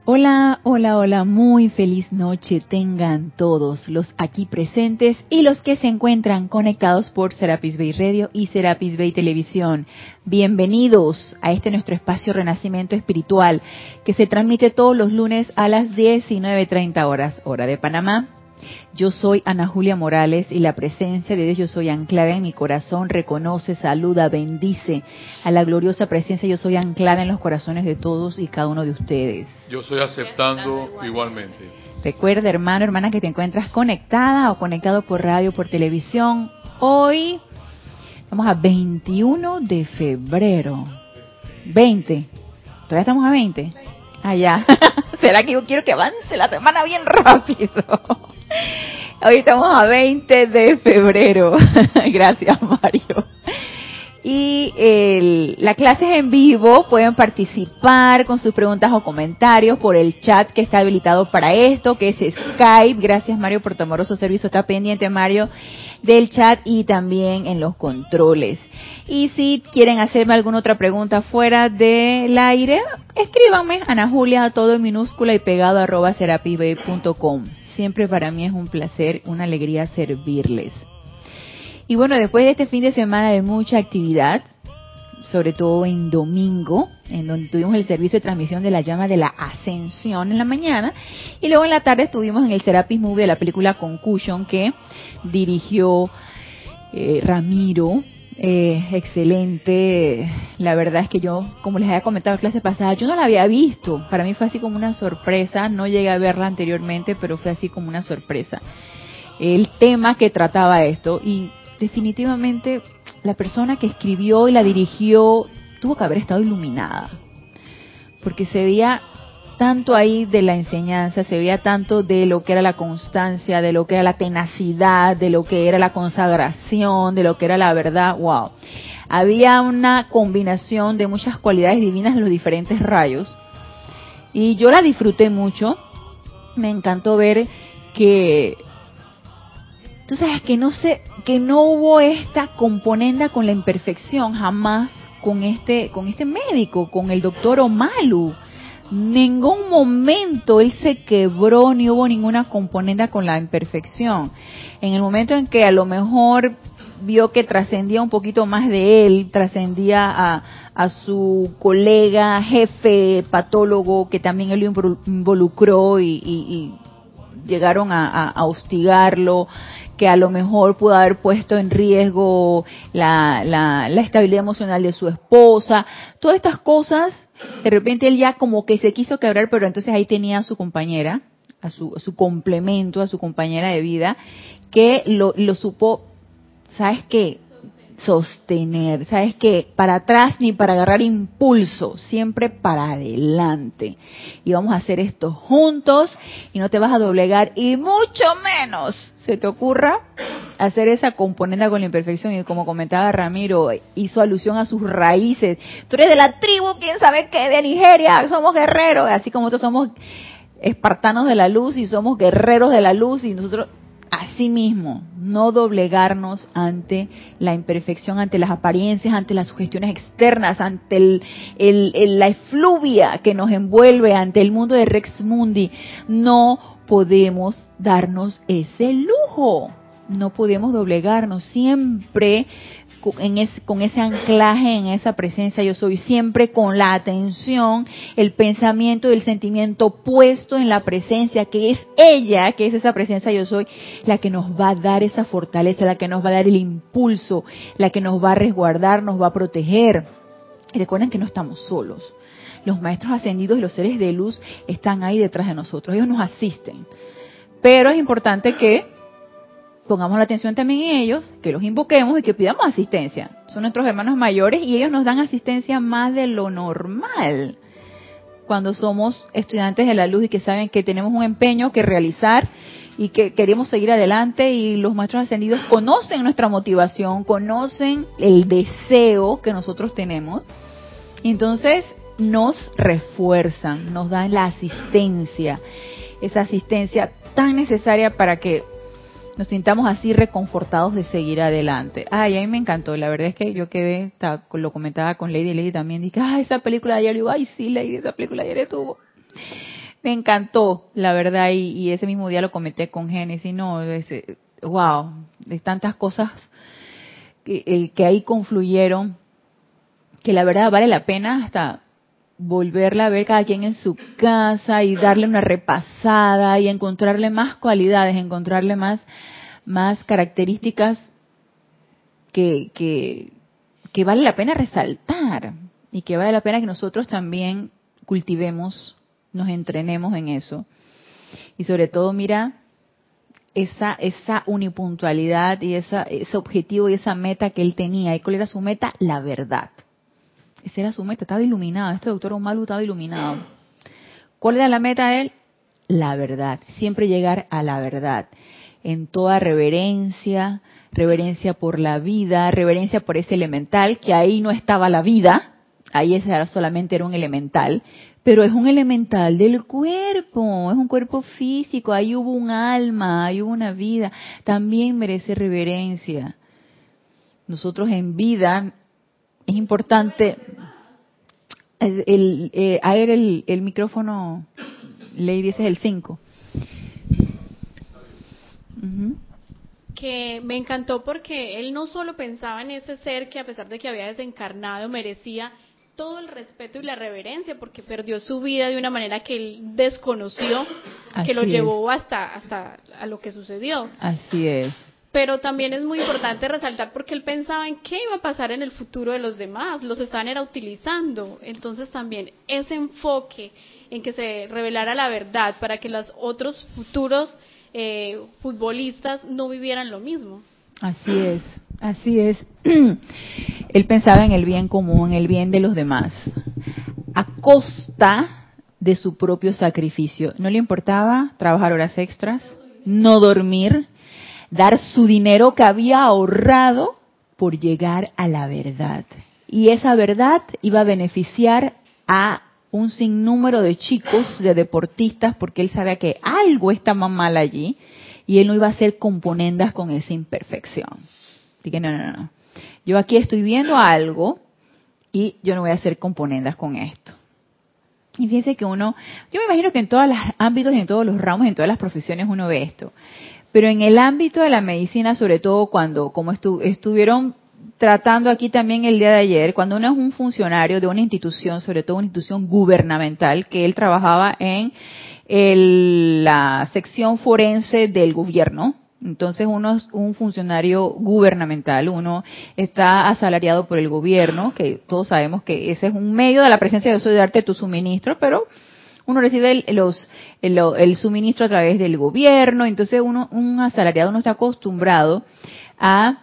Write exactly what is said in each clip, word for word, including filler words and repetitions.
Hola, hola, hola, muy feliz noche tengan todos los aquí presentes y los que se encuentran conectados por Serapis Bay Radio y Serapis Bay Televisión. Bienvenidos a este nuestro espacio Renacimiento Espiritual que se transmite todos los lunes a las diecinueve treinta horas, hora de Panamá. Yo soy Ana Julia Morales y la presencia de Dios Yo Soy anclada en mi corazón reconoce, saluda, bendice a la gloriosa presencia Yo Soy anclada en los corazones de todos y cada uno de ustedes. Yo soy aceptando igualmente. Recuerda, hermano, hermana, que te encuentras conectada o conectado por radio, por televisión. Hoy estamos a veintiuno de febrero. veinte. ¿Todavía estamos a veinte? Allá. ¿Será que yo quiero que avance la semana bien rápido? Hoy estamos a veinte de febrero. Gracias, Mario. Y el, la clase es en vivo. Pueden participar con sus preguntas o comentarios por el chat que está habilitado para esto, que es Skype. Gracias, Mario, por tu amoroso servicio. Está pendiente, Mario, del chat y también en los controles. Y si quieren hacerme alguna otra pregunta fuera del aire, escríbanme, Ana Julia, todo en minúscula y pegado, arroba serapisbay punto com. Siempre para mí es un placer, una alegría servirles. Y bueno, después de este fin de semana de mucha actividad, sobre todo en domingo, en donde tuvimos el servicio de transmisión de la llama de la ascensión en la mañana, y luego en la tarde estuvimos en el Serapis Movie de la película Concussion que dirigió eh, Ramiro. Eh, excelente. La verdad es que yo, como les había comentado en clase pasada, yo no la había visto. Para mí fue así como una sorpresa. No llegué a verla anteriormente, pero fue así como una sorpresa el tema que trataba esto. Y definitivamente la persona que escribió y la dirigió tuvo que haber estado iluminada, porque se veía tanto ahí de la enseñanza, se veía tanto de lo que era la constancia, de lo que era la tenacidad, de lo que era la consagración, de lo que era la verdad. Wow, había una combinación de muchas cualidades divinas de los diferentes rayos y yo la disfruté mucho. Me encantó ver que tú sabes que no sé, que no hubo esta componenda con la imperfección jamás con este, con este médico, con el doctor Omalu. Ningún momento él se quebró, ni hubo ninguna componenda con la imperfección. En el momento en que a lo mejor vio que trascendía un poquito más de él, trascendía a, a su colega, jefe, patólogo, que también él lo involucró y, y, y llegaron a, a, a hostigarlo, que a lo mejor pudo haber puesto en riesgo la, la, la estabilidad emocional de su esposa, todas estas cosas, de repente él ya como que se quiso quebrar, pero entonces ahí tenía a su compañera, a su, a su complemento, a su compañera de vida, que lo, lo supo, ¿sabes qué? Sostener, ¿sabes qué? Para atrás ni para agarrar impulso, siempre para adelante. Y vamos a hacer esto juntos y no te vas a doblegar y mucho menos se te ocurra hacer esa componenda con la imperfección. Y como comentaba Ramiro, hizo alusión a sus raíces. Tú eres de la tribu, quién sabe qué, de Nigeria, somos guerreros, así como nosotros somos espartanos de la luz y somos guerreros de la luz y nosotros... Asimismo, no doblegarnos ante la imperfección, ante las apariencias, ante las sugestiones externas, ante el, el, el, la efluvia que nos envuelve, ante el mundo de Rex Mundi. No podemos darnos ese lujo, no podemos doblegarnos, siempre en ese, con ese anclaje en esa presencia yo soy, siempre con la atención, el pensamiento y el sentimiento puesto en la presencia, que es ella, que es esa presencia yo soy, la que nos va a dar esa fortaleza, la que nos va a dar el impulso, la que nos va a resguardar, nos va a proteger. Y recuerden que no estamos solos. Los maestros ascendidos y los seres de luz están ahí detrás de nosotros, ellos nos asisten. Pero es importante que pongamos la atención también en ellos, que los invoquemos y que pidamos asistencia. Son nuestros hermanos mayores y ellos nos dan asistencia más de lo normal cuando somos estudiantes de la luz y que saben que tenemos un empeño que realizar y que queremos seguir adelante, y los maestros ascendidos conocen nuestra motivación, conocen el deseo que nosotros tenemos, y entonces nos refuerzan, nos dan la asistencia, esa asistencia tan necesaria para que nos sintamos así reconfortados de seguir adelante. Ay, a mí me encantó, la verdad es que yo quedé, lo comentaba con Lady, Lady también, dije, ay, esa película de ayer, digo, ay, sí, Lady, esa película de ayer estuvo me encantó, la verdad, y, y ese mismo día lo comenté con Génesis, no, ese, wow, de tantas cosas que, eh, que ahí confluyeron, que la verdad vale la pena hasta volverla a ver cada quien en su casa y darle una repasada y encontrarle más cualidades, encontrarle más, más características que, que, que vale la pena resaltar y que vale la pena que nosotros también cultivemos, nos entrenemos en eso. Y sobre todo, mira, esa esa unipuntualidad y esa ese objetivo y esa meta que él tenía. ¿Y cuál era su meta? La verdad. Esa era su meta, estaba iluminado. Este doctor Omalu estaba iluminado. ¿Cuál era la meta de él? La verdad. Siempre llegar a la verdad. En toda reverencia, reverencia por la vida, reverencia por ese elemental, que ahí no estaba la vida, ahí ese era solamente era un elemental, pero es un elemental del cuerpo, es un cuerpo físico, ahí hubo un alma, ahí hubo una vida, también merece reverencia. Nosotros en vida, es importante, el, el, eh, a ver el, el micrófono, Lady, ese es el cinco. Uh-huh. Que me encantó porque él no solo pensaba en ese ser que a pesar de que había desencarnado merecía todo el respeto y la reverencia porque perdió su vida de una manera que él desconoció, Así que lo es. llevó hasta hasta a lo que sucedió. Así es. Pero también es muy importante resaltar porque él pensaba en qué iba a pasar en el futuro de los demás, los estaban era utilizando. Entonces también ese enfoque en que se revelara la verdad para que los otros futuros eh, futbolistas no vivieran lo mismo. Así es, así es. Él pensaba en el bien común, en el bien de los demás, a costa de su propio sacrificio. No le importaba trabajar horas extras, no dormir, dar su dinero que había ahorrado por llegar a la verdad. Y esa verdad iba a beneficiar a un sinnúmero de chicos, de deportistas, porque él sabía que algo estaba mal allí y él no iba a hacer componendas con esa imperfección. Así que no, no, no. Yo aquí estoy viendo algo y yo no voy a hacer componendas con esto. Y fíjense que uno, yo me imagino que en todos los ámbitos y en todos los ramos, en todas las profesiones uno ve esto. Pero en el ámbito de la medicina, sobre todo cuando, como estu, estuvieron tratando aquí también el día de ayer, cuando uno es un funcionario de una institución, sobre todo una institución gubernamental, que él trabajaba en el, la sección forense del gobierno. Entonces uno es un funcionario gubernamental, uno está asalariado por el gobierno, que todos sabemos que ese es un medio de la presencia de Dios de darte tu suministro, pero uno recibe el, los, el, el suministro a través del gobierno, entonces uno, un asalariado no está acostumbrado a,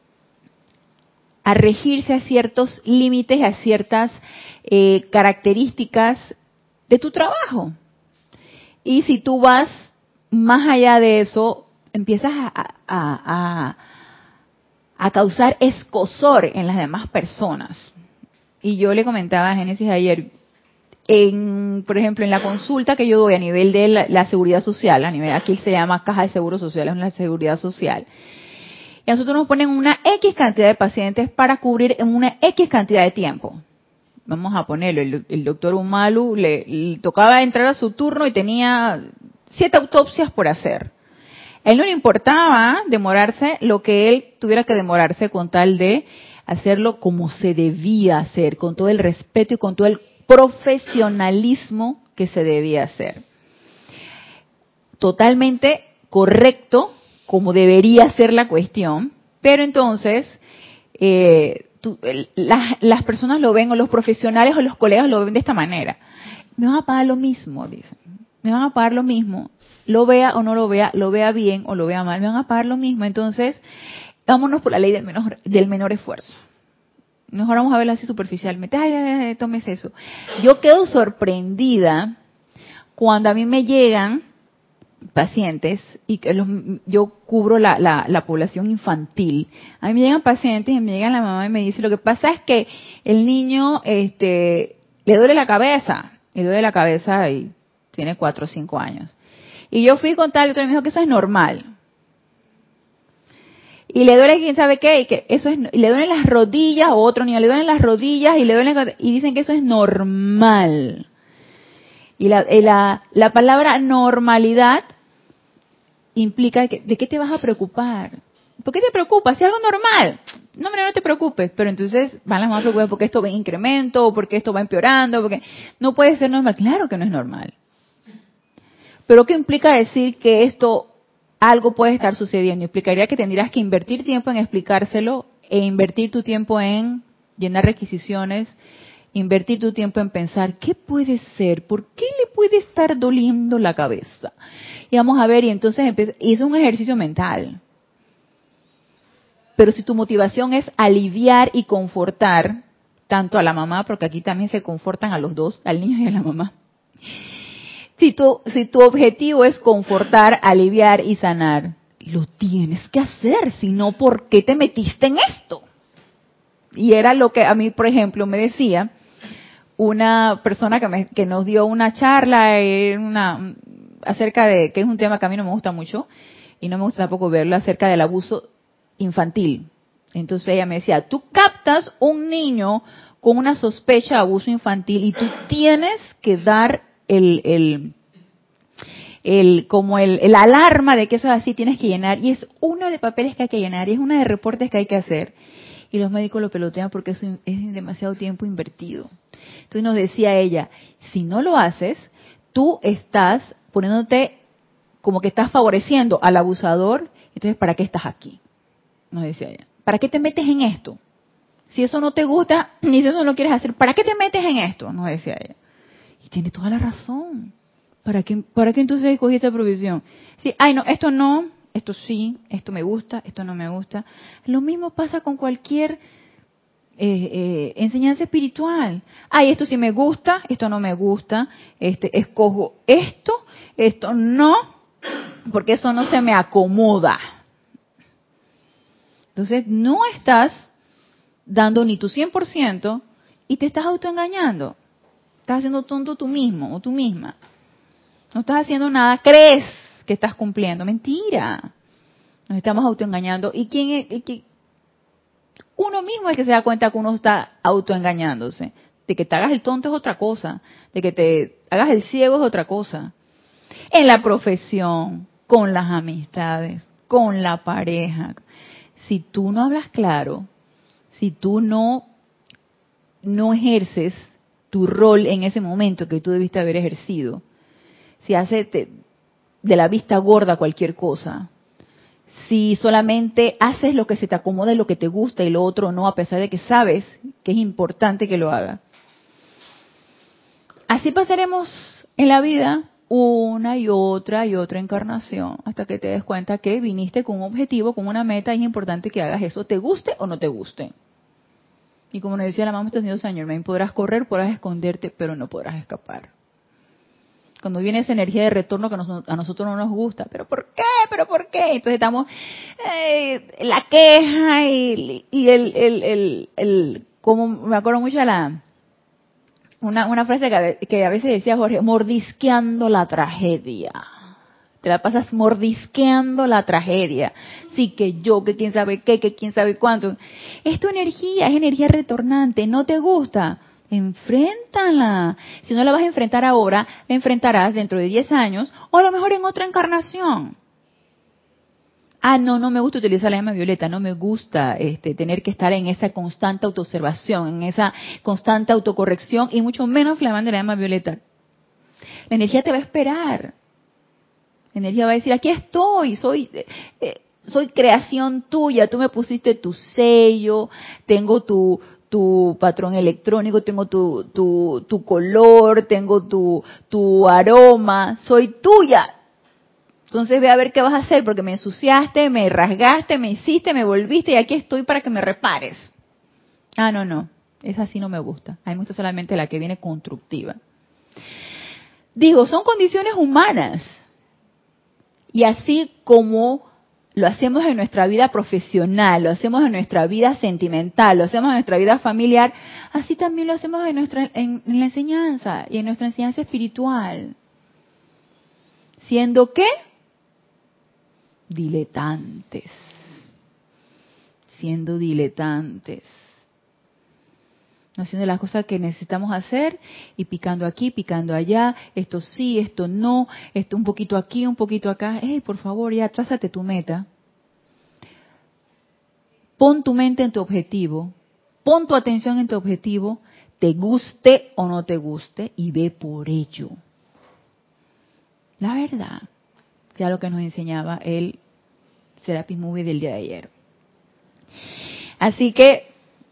a regirse a ciertos límites, a ciertas eh, características de tu trabajo. Y si tú vas más allá de eso, empiezas a, a, a, a causar escozor en las demás personas. Y yo le comentaba a Génesis ayer, en, por ejemplo, en la consulta que yo doy a nivel de la, la seguridad social, a nivel, aquí se llama caja de seguro social, es una seguridad social. Y a nosotros nos ponen una X cantidad de pacientes para cubrir en una X cantidad de tiempo. Vamos a ponerlo, el, el doctor Umalu le, le tocaba entrar a su turno y tenía siete autopsias por hacer. A él no le importaba demorarse lo que él tuviera que demorarse con tal de hacerlo como se debía hacer, con todo el respeto y con todo el profesionalismo que se debía hacer. Totalmente correcto, como debería ser la cuestión, pero entonces eh, tú, el, la, las personas lo ven, o los profesionales o los colegas lo ven de esta manera. Me van a pagar lo mismo, dicen. Me van a pagar lo mismo. Lo vea o no lo vea, lo vea bien o lo vea mal, me van a pagar lo mismo. Entonces, vámonos por la ley del menor, del menor esfuerzo. Mejor vamos a verlo así superficialmente. Ay, ay, ay, tomes eso. Yo quedo sorprendida cuando a mí me llegan pacientes, y que los, yo cubro la, la, la población infantil. A mí me llegan pacientes y me llega la mamá y me dice, lo que pasa es que el niño este, le duele la cabeza. Le duele la cabeza y tiene cuatro o cinco años. Y yo fui con tal y otro y me dijo que eso es normal. Y le duele quién sabe qué, y que eso es, y le duelen las rodillas, o otro niño le duelen las rodillas y le duelen, y dicen que eso es normal. Y la, y la, la palabra normalidad implica que, ¿de qué te vas a preocupar? ¿Por qué te preocupas? Si es algo normal. No, hombre, no te preocupes. Pero entonces van las mamás preocupadas porque esto va en incremento, o porque esto va empeorando, porque no puede ser normal. Claro que no es normal. Pero ¿qué implica decir que esto, algo puede estar sucediendo? Implicaría que tendrías que invertir tiempo en explicárselo e invertir tu tiempo en llenar requisiciones, invertir tu tiempo en pensar, ¿qué puede ser? ¿Por qué le puede estar doliendo la cabeza? Y vamos a ver, y entonces empieza, y es un ejercicio mental. Pero si tu motivación es aliviar y confortar, tanto a la mamá, porque aquí también se confortan a los dos, al niño y a la mamá. Si tu, si tu objetivo es confortar, aliviar y sanar, lo tienes que hacer, si no, ¿por qué te metiste en esto? Y era lo que a mí, por ejemplo, me decía una persona que, me, que nos dio una charla una, acerca de, que es un tema que a mí no me gusta mucho, y no me gusta tampoco verlo, acerca del abuso infantil. Entonces ella me decía, tú captas un niño con una sospecha de abuso infantil y tú tienes que dar el, el, el como el, el alarma de que eso es así, tienes que llenar, y es uno de papeles que hay que llenar, y es uno de reportes que hay que hacer, y los médicos lo pelotean porque eso es demasiado tiempo invertido. Entonces nos decía ella, si no lo haces, tú estás poniéndote como que estás favoreciendo al abusador, entonces ¿para qué estás aquí? Nos decía ella, ¿para qué te metes en esto? Si eso no te gusta, ni si eso no lo quieres hacer, ¿para qué te metes en esto? Nos decía ella. Y tiene toda la razón. ¿Para qué, para qué entonces escogí esta profesión? Sí, ay no, esto no, esto sí, esto me gusta, esto no me gusta. Lo mismo pasa con cualquier eh, eh, enseñanza espiritual. Ay, esto sí me gusta, esto no me gusta, este, escojo esto, esto no, porque eso no se me acomoda. Entonces, no estás dando ni tu cien por ciento y te estás autoengañando. Estás haciendo tonto tú mismo o tú misma. No estás haciendo nada, crees que estás cumpliendo. Mentira. Nos estamos autoengañando. ¿Y quién es? Y quién? Uno mismo es el que se da cuenta que uno está autoengañándose. De que te hagas el tonto es otra cosa. De que te hagas el ciego es otra cosa. En la profesión, con las amistades, con la pareja. Si tú no hablas claro, si tú no, no ejerces tu rol en ese momento que tú debiste haber ejercido, si haces de, de la vista gorda cualquier cosa, si solamente haces lo que se te acomoda y lo que te gusta y lo otro no, a pesar de que sabes que es importante que lo hagas, así pasaremos en la vida una y otra y otra encarnación hasta que te des cuenta que viniste con un objetivo, con una meta, y es importante que hagas eso, te guste o no te guste. Y como nos decía la mamá Señor Saint Germain, podrás correr, podrás esconderte, pero no podrás escapar. Cuando viene esa energía de retorno que nos, a nosotros no nos gusta, ¿pero por qué? ¿Pero por qué? Entonces estamos eh, la queja y, y el, el, el, el, como me acuerdo mucho de la una, una frase que a, veces, que a veces decía Jorge, mordisqueando la tragedia. Te la pasas mordisqueando la tragedia. Sí, que yo, que quién sabe qué, que quién sabe cuánto. Es tu energía, es energía retornante. ¿No te gusta? Enfréntala. Si no la vas a enfrentar ahora, la enfrentarás dentro de diez años o a lo mejor en otra encarnación. Ah, no, no me gusta utilizar la llama violeta, no me gusta este, tener que estar en esa constante autoobservación, en esa constante autocorrección y mucho menos flamando la llama violeta. La energía te va a esperar. La energía va a decir, aquí estoy, soy, eh, soy creación tuya, tú me pusiste tu sello, tengo tu, tu patrón electrónico, tengo tu, tu, tu color, tengo tu, tu aroma, soy tuya. Entonces ve a ver qué vas a hacer, porque me ensuciaste, me rasgaste, me hiciste, me volviste y aquí estoy para que me repares. Ah, no, no, esa sí no me gusta. A mí me gusta solamente la que viene constructiva. Digo, son condiciones humanas. Y así como lo hacemos en nuestra vida profesional, lo hacemos en nuestra vida sentimental, lo hacemos en nuestra vida familiar, así también lo hacemos en, nuestra, en, en la enseñanza y en nuestra enseñanza espiritual. ¿Siendo qué? Diletantes. Siendo diletantes. haciendo las cosas que necesitamos hacer y picando aquí, picando allá, esto sí, esto no, esto un poquito aquí, un poquito acá. Hey, por favor, ya trázate tu meta. Pon tu mente en tu objetivo, pon tu atención en tu objetivo, te guste o no te guste, y ve por ello. La verdad, que era lo que nos enseñaba el Serapis Movie del día de ayer. Así que,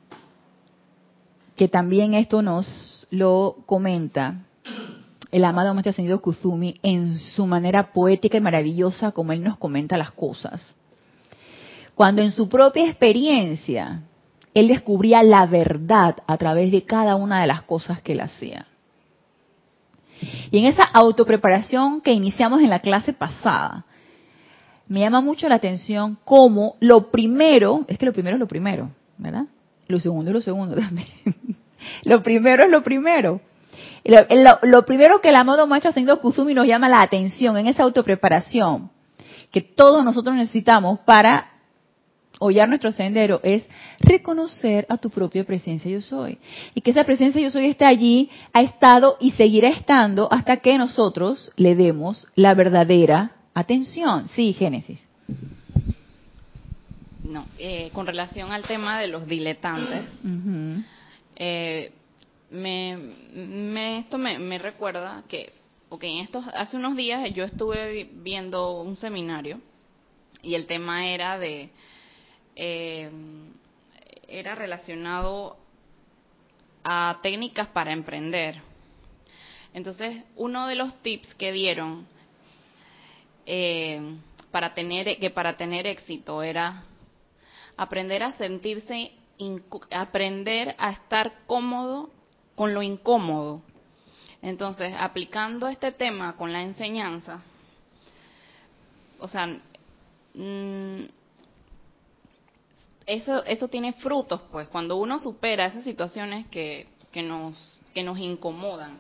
que también esto nos lo comenta el amado Maestro Ascendido Kusumi en su manera poética y maravillosa como él nos comenta las cosas. Cuando en su propia experiencia él descubría la verdad a través de cada una de las cosas que él hacía. Y en esa autopreparación que iniciamos en la clase pasada, me llama mucho la atención cómo lo primero, es que lo primero es lo primero, ¿verdad? Lo segundo es lo segundo también. Lo primero es lo primero. Lo, lo, lo primero que el amado Maestro Ascendido Kusumi nos llama la atención en esa autopreparación que todos nosotros necesitamos para hollar nuestro sendero es reconocer a tu propia presencia yo soy. Y que esa presencia yo soy está allí, ha estado y seguirá estando hasta que nosotros le demos la verdadera atención. Sí, Génesis. No, eh, con relación al tema de los diletantes, uh-huh. eh, me, me, esto me, me recuerda que, porque en estos, hace unos días yo estuve viendo un seminario y el tema era de Eh, era relacionado a técnicas para emprender. Entonces, uno de los tips que dieron eh, para tener que para tener éxito era aprender a sentirse, aprender a estar cómodo con lo incómodo. Entonces, aplicando este tema con la enseñanza, o sea, mmm, Eso, eso tiene frutos, pues, cuando uno supera esas situaciones que, que nos que nos incomodan.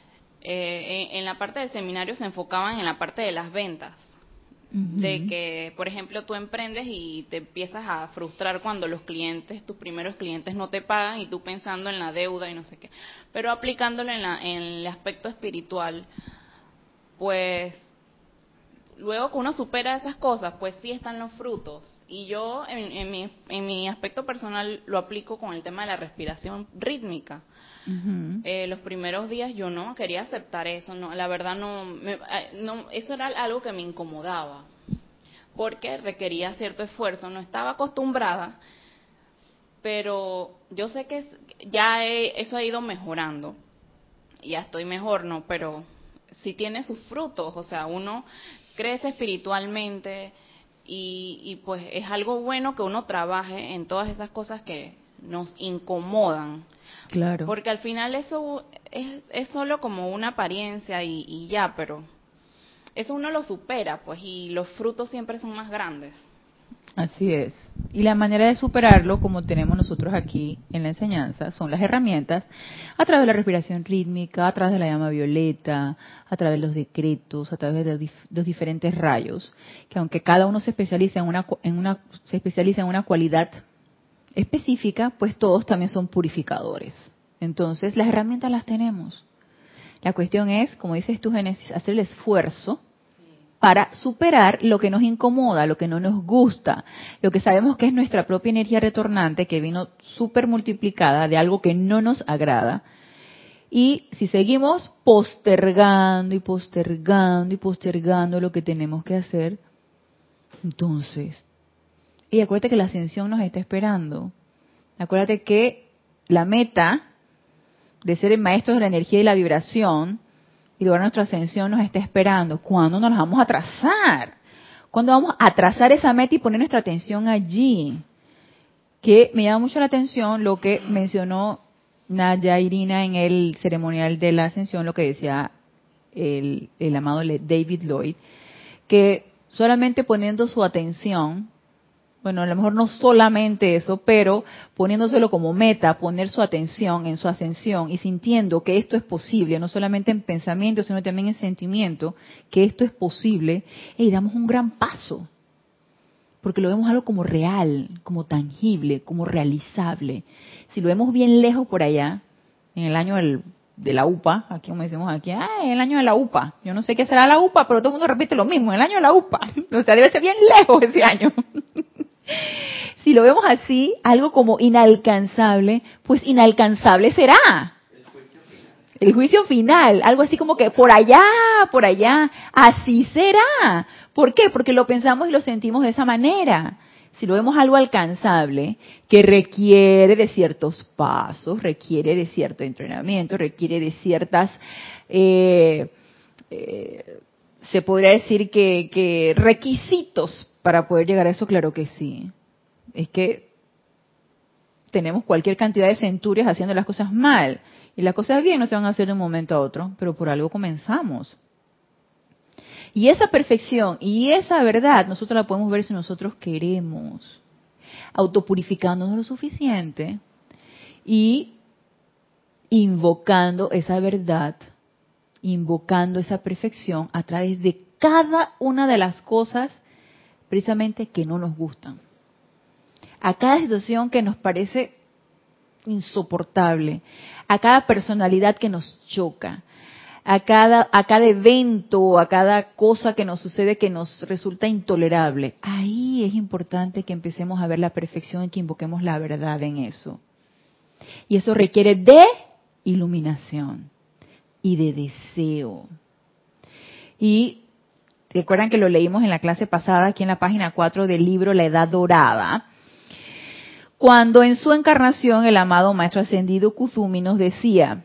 Eh, en, en la parte del seminario se enfocaban en la parte de las ventas, uh-huh. de que, por ejemplo, tú emprendes y te empiezas a frustrar cuando los clientes, tus primeros clientes no te pagan y tú pensando en la deuda y no sé qué. Pero aplicándolo en, la, en el aspecto espiritual, pues luego que uno supera esas cosas, pues sí están los frutos. Y yo, en, en, mi, en mi aspecto personal, lo aplico con el tema de la respiración rítmica. Uh-huh. Eh, los primeros días yo no quería aceptar eso, no, la verdad no, me, no, eso era algo que me incomodaba, porque requería cierto esfuerzo, no estaba acostumbrada, pero yo sé que ya he, eso ha ido mejorando, ya estoy mejor, ¿no? Pero sí tiene sus frutos, o sea, uno crece espiritualmente y, y pues es algo bueno que uno trabaje en todas esas cosas que nos incomodan. Claro. Porque al final eso es, es solo como una apariencia y, y ya, pero eso uno lo supera, pues, y los frutos siempre son más grandes. Así es. Y la manera de superarlo, como tenemos nosotros aquí en la enseñanza, son las herramientas a través de la respiración rítmica, a través de la llama violeta, a través de los decretos, a través de los, dif- los diferentes rayos, que aunque cada uno se especializa en una, en una se especializa en una cualidad específica, pues todos también son purificadores. Entonces, las herramientas las tenemos. La cuestión es, como dices tú, Génesis, hacer el esfuerzo para superar lo que nos incomoda, lo que no nos gusta, lo que sabemos que es nuestra propia energía retornante que vino súper multiplicada de algo que no nos agrada. Y si seguimos postergando y postergando y postergando lo que tenemos que hacer, entonces, y acuérdate que la ascensión nos está esperando. Acuérdate que la meta de ser el maestro de la energía y la vibración y lograr nuestra ascensión nos está esperando. ¿Cuándo nos vamos a trazar? ¿Cuándo vamos a trazar esa meta y poner nuestra atención allí? Que me llama mucho la atención lo que mencionó Naya Irina en el ceremonial de la ascensión, lo que decía el, el amado David Lloyd, que solamente poniendo su atención, bueno, a lo mejor no solamente eso, pero poniéndoselo como meta, poner su atención en su ascensión y sintiendo que esto es posible, no solamente en pensamiento, sino también en sentimiento, que esto es posible, y damos un gran paso. porque lo vemos algo como real, como tangible, como realizable. Si lo vemos bien lejos por allá, en el año del, de la U P A, aquí como decimos aquí, ah, en el año de la U P A. Yo no sé qué será la U P A, pero todo el mundo repite lo mismo, en el año de la U P A. O sea, debe ser bien lejos ese año. Si lo vemos así, algo como inalcanzable, pues inalcanzable será. El juicio final, algo así como que por allá, por allá, así será. ¿Por qué? Porque lo pensamos y lo sentimos de esa manera. Si lo vemos algo alcanzable, que requiere de ciertos pasos, requiere de cierto entrenamiento, requiere de ciertas, eh, eh, se podría decir que, que requisitos para poder llegar a eso, claro que sí. Es que tenemos cualquier cantidad de centurias haciendo las cosas mal. Y las cosas bien no se van a hacer de un momento a otro, pero por algo comenzamos. Y esa perfección y esa verdad nosotros la podemos ver si nosotros queremos, autopurificándonos lo suficiente y invocando esa verdad, invocando esa perfección a través de cada una de las cosas precisamente que no nos gustan. A cada situación que nos parece insoportable, a cada personalidad que nos choca, a cada, a cada evento, a cada cosa que nos sucede que nos resulta intolerable. Ahí es importante que empecemos a ver la perfección y que invoquemos la verdad en eso. Y eso requiere de iluminación y de deseo. Y recuerdan que lo leímos en la clase pasada, aquí en la página cuatro del libro La Edad Dorada, cuando en su encarnación el amado Maestro Ascendido Kuzumi nos decía: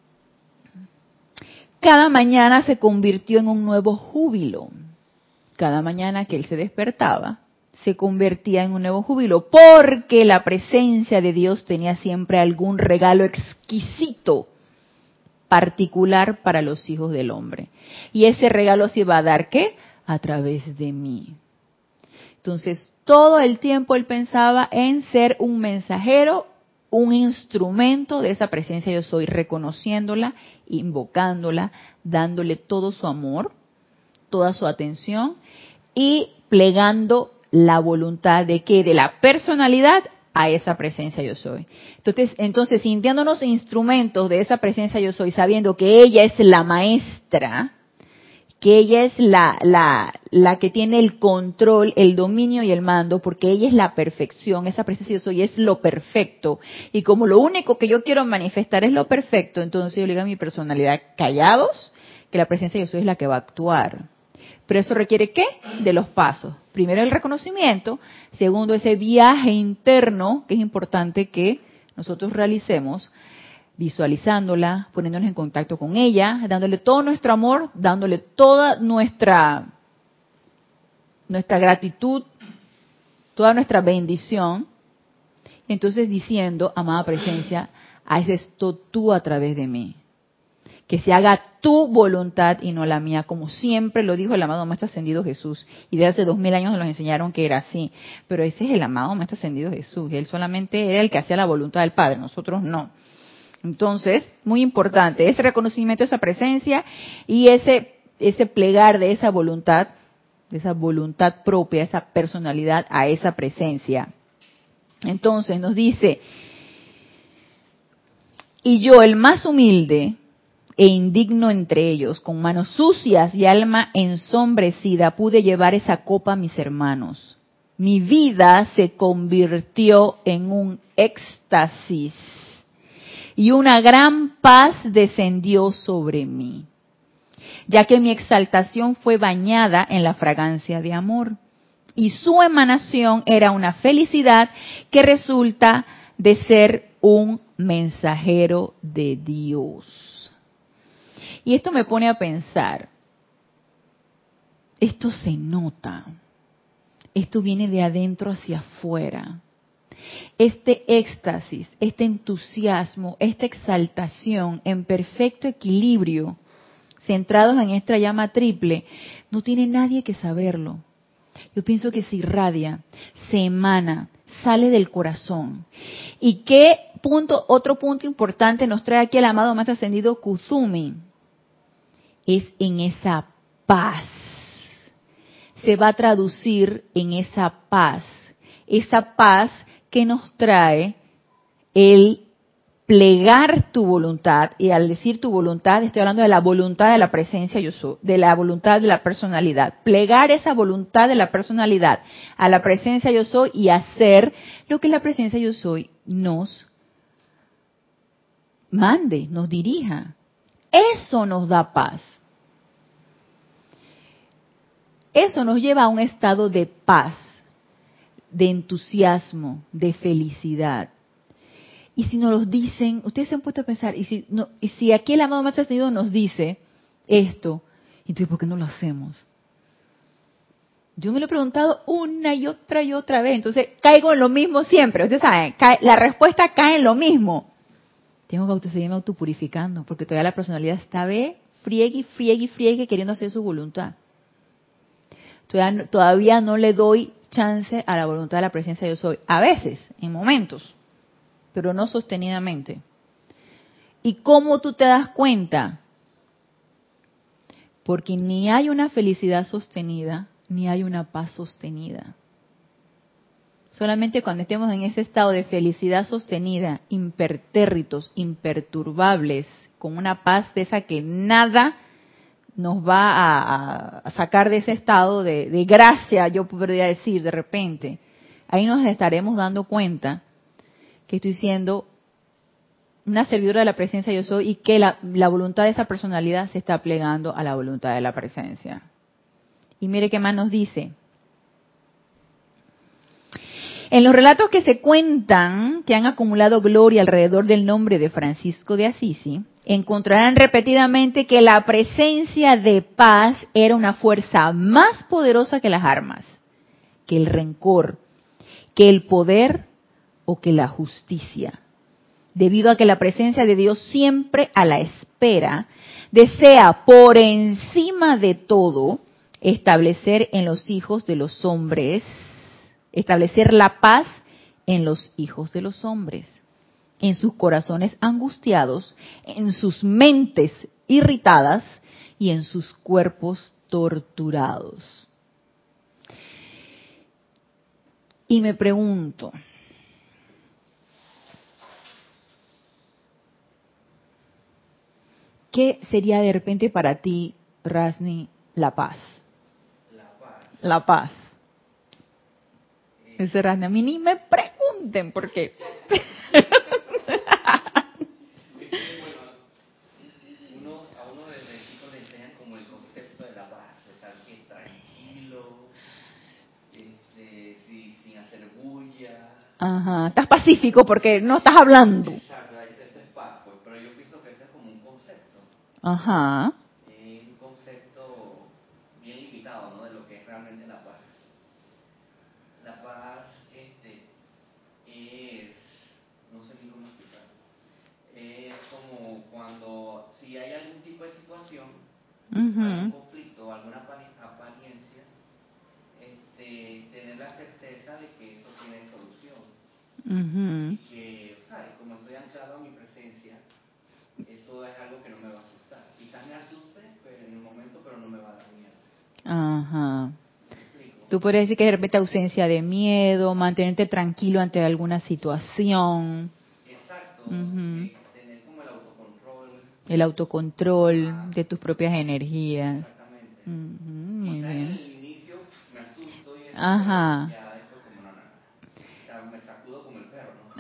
cada mañana se convirtió en un nuevo júbilo. Cada mañana que él se despertaba, se convertía en un nuevo júbilo, porque la presencia de Dios tenía siempre algún regalo exquisito, particular para los hijos del hombre. Y ese regalo se iba a dar, ¿qué? A través de mí. Entonces, todo el tiempo él pensaba en ser un mensajero, un instrumento de esa presencia yo soy, reconociéndola, invocándola, dándole todo su amor, toda su atención y plegando la voluntad de que de la personalidad a esa presencia yo soy. Entonces, entonces sintiéndonos instrumentos de esa presencia yo soy, sabiendo que ella es la maestra, que ella es la, la, la que tiene el control, el dominio y el mando, porque ella es la perfección, esa presencia yo soy es lo perfecto. Y como lo único que yo quiero manifestar es lo perfecto, entonces yo le digo a mi personalidad, callados, que la presencia yo soy es la que va a actuar. Pero eso requiere ¿qué? De los pasos. Primero el reconocimiento, segundo ese viaje interno, que es importante que nosotros realicemos, visualizándola, poniéndonos en contacto con ella, dándole todo nuestro amor, dándole toda nuestra nuestra gratitud, toda nuestra bendición, y entonces diciendo, amada presencia, haz esto tú a través de mí, que se haga tu voluntad y no la mía, como siempre lo dijo el amado Maestro Ascendido Jesús, y desde hace dos mil años nos enseñaron que era así, pero ese es el amado Maestro Ascendido Jesús, él solamente era el que hacía la voluntad del Padre, nosotros no. Entonces, muy importante, ese reconocimiento de esa presencia y ese, ese plegar de esa voluntad, de esa voluntad propia, esa personalidad a esa presencia. Entonces nos dice, y yo, el más humilde e indigno entre ellos, con manos sucias y alma ensombrecida, pude llevar esa copa a mis hermanos. Mi vida se convirtió en un éxtasis y una gran paz descendió sobre mí, ya que mi exaltación fue bañada en la fragancia de amor, y su emanación era una felicidad que resulta de ser un mensajero de Dios. Y esto me pone a pensar, esto se nota, esto viene de adentro hacia afuera. Este éxtasis, este entusiasmo, esta exaltación en perfecto equilibrio, centrados en esta llama triple, no tiene nadie que saberlo. Yo pienso que se irradia, se emana, sale del corazón. ¿Y qué punto, otro punto importante nos trae aquí el amado Maestro Ascendido Kuzumi? Es en esa paz. se va a traducir en esa paz, esa paz que nos trae el plegar tu voluntad, y al decir tu voluntad estoy hablando de la voluntad de la presencia yo soy, de la voluntad de la personalidad, plegar esa voluntad de la personalidad a la presencia yo soy y hacer lo que la presencia yo soy nos mande, nos dirija. Eso nos da paz. Eso nos lleva a un estado de paz, de entusiasmo, de felicidad. Y si nos lo dicen, ustedes se han puesto a pensar, y si, no, y si aquí el amado Maestro Ascendido nos dice esto, entonces ¿por qué no lo hacemos? Yo me lo he preguntado una y otra y otra vez, entonces caigo en lo mismo siempre. Ustedes saben, cae, la respuesta cae en lo mismo. Tengo que auto, seguirme autopurificando, porque todavía la personalidad está ve, friegue, friegue, friegue, queriendo hacer su voluntad. Todavía, todavía no le doy chance a la voluntad de la presencia yo soy. A veces, en momentos, pero no sostenidamente. ¿Y cómo tú te das cuenta? Porque ni hay una felicidad sostenida, ni hay una paz sostenida. Solamente cuando estemos en ese estado de felicidad sostenida, impertérritos, imperturbables, con una paz de esa que nada nos va a, a sacar de ese estado de, de gracia, yo podría decir, de repente, ahí nos estaremos dando cuenta que estoy siendo una servidora de la presencia yo soy y que la, la voluntad de esa personalidad se está plegando a la voluntad de la presencia. Y mire qué más nos dice. En los relatos que se cuentan, que han acumulado gloria alrededor del nombre de Francisco de Asisi, encontrarán repetidamente que la presencia de paz era una fuerza más poderosa que las armas, que el rencor, que el poder o que la justicia, debido a que la presencia de Dios siempre a la espera desea por encima de todo establecer en los hijos de los hombres, establecer la paz en los hijos de los hombres, en sus corazones angustiados, en sus mentes irritadas y en sus cuerpos torturados. Y me pregunto, ¿qué sería de repente para ti, Rasni, la paz? La paz. La paz. Eh, Ese Rasni, a mí ni me pregunten por qué. es que, bueno, uno, a uno desde chico le enseñan como el concepto de la paz, de estar que tranquilo, este, sin, sin hacer bulla. Ajá, estás pacífico porque no estás hablando. Exacto, ese es paz, pues, pero yo pienso que ese es como un concepto. Ajá. Es un concepto bien limitado, ¿no? De lo que es realmente la paz. La paz, este, es, no sé ni cómo explicarlo, es como cuando, si hay algún tipo de situación, Uh-huh. algún conflicto, alguna apariencia, este, tener la certeza de que eso tiene solución. Uh-huh. Y que, ¿sabes? Como estoy anclado a mi presencia, eso es algo que no me va a asustar. Quizás me asuste pero en un momento, pero no me va a dar miedo. Ajá. ¿Me explico? Tú podrías decir que de repente ausencia de miedo, mantenerte tranquilo ante alguna situación. Exacto. Uh-huh. Eh, tener como el autocontrol. El autocontrol Ajá. de tus propias energías. Exactamente. Uh-huh. Muy Quizás en bien. el inicio me asusto y eso, Ajá. pero ya después como no, no, no. O sea, me sacudo como el perro, ¿no?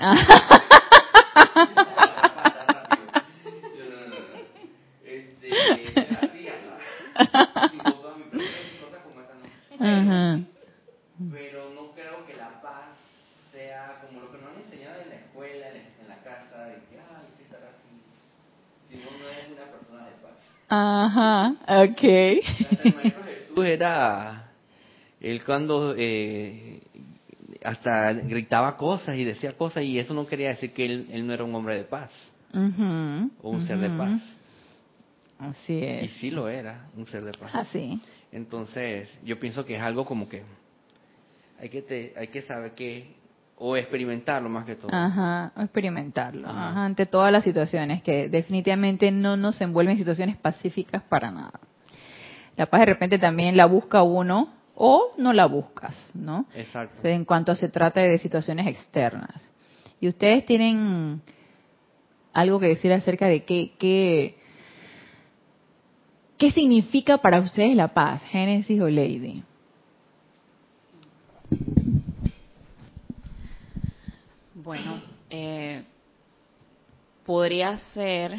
Yo, no, no, no, no. Este, es así, ya sabes. Invoco a mi presencia y cosas como estas, no. Ajá. Pero no creo que la paz sea como lo que nos han enseñado en la escuela, en la, en la casa, de que, ay, que estar así. Si no, no es una persona de paz. Ajá. Okay. Hasta el maestro Jesús era, él cuando eh, hasta gritaba cosas y decía cosas y eso no quería decir que él, él no era un hombre de paz Uh-huh. o un Uh-huh. ser de paz. Así Y es. sí lo era, un ser de paz. Así. Entonces, yo pienso que es algo como que hay que te, hay que saber que o experimentarlo más que todo. Ajá, experimentarlo. Ajá. Ajá, ante todas las situaciones que definitivamente no nos envuelven en situaciones pacíficas para nada. La paz de repente también la busca uno o no la buscas, ¿no? Exacto. En cuanto se trata de situaciones externas. Y ustedes tienen algo que decir acerca de qué, qué, qué significa para ustedes la paz, Génesis o Lady. Bueno, eh, podría ser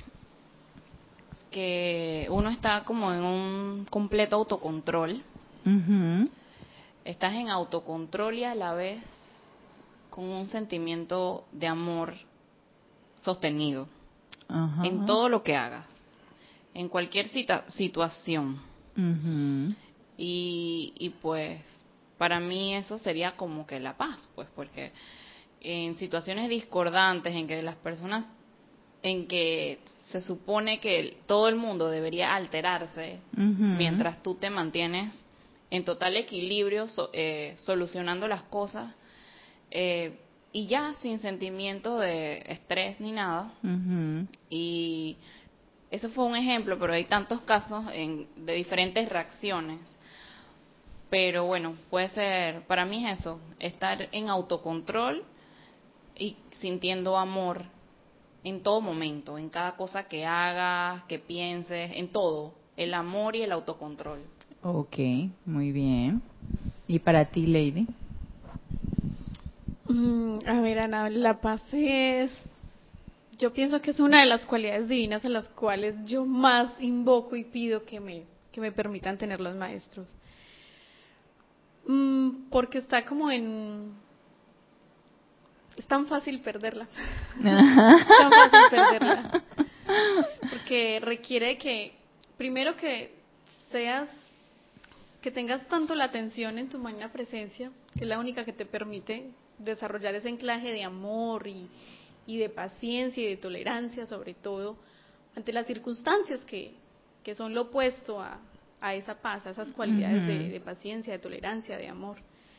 que uno está como en un completo autocontrol. Uh-huh. Estás en autocontrol y a la vez con un sentimiento de amor sostenido Uh-huh. en todo lo que hagas, en cualquier cita- situación. Uh-huh. Y, y pues para mí eso sería como que la paz, pues porque en situaciones discordantes en que las personas, en que se supone que todo el mundo debería alterarse, Uh-huh. mientras tú te mantienes en total equilibrio, so, eh, solucionando las cosas, eh, y ya sin sentimiento de estrés ni nada. Uh-huh. Y eso fue un ejemplo, pero hay tantos casos en, de diferentes reacciones. Pero bueno, puede ser, para mí es eso, estar en autocontrol y sintiendo amor en todo momento, en cada cosa que hagas, que pienses, en todo, el amor y el autocontrol. Ok, muy bien. ¿Y para ti, Lady? Mm, a ver, Ana, la paz es, yo pienso que es una de las cualidades divinas a las cuales yo más invoco y pido que me, que me permitan tener los maestros. Mm, porque está como en, es tan fácil perderla, es tan fácil perderla, porque requiere que, primero que seas, que tengas tanto la atención en tu magna presencia, que es la única que te permite desarrollar ese anclaje de amor y, y de paciencia y de tolerancia, sobre todo ante las circunstancias que, que son lo opuesto a, a esa paz, a esas cualidades uh-huh. de, de paciencia, de tolerancia, de amor.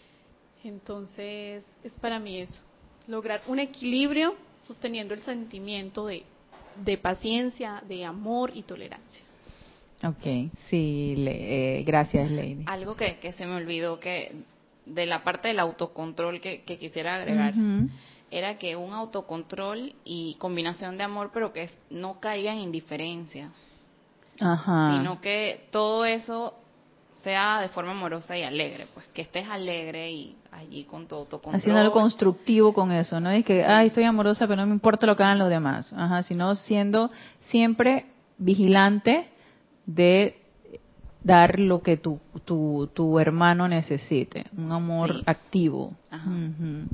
Entonces, es para mí eso, lograr un equilibrio sosteniendo el sentimiento de, de paciencia, de amor y tolerancia. Ok, sí, le, eh, gracias, Lady. Algo que, que se me olvidó, que de la parte del autocontrol que, que quisiera agregar, uh-huh. era que un autocontrol y combinación de amor, pero que no caiga en indiferencia, Ajá. sino que todo eso sea de forma amorosa y alegre, pues que estés alegre y allí con tu autocontrol. Haciendo algo constructivo con eso, no es que, ay, estoy amorosa, pero no me importa lo que hagan los demás, ajá, sino siendo siempre vigilante de dar lo que tu tu, tu hermano necesite, un amor sí. activo. Ajá. Uh-huh.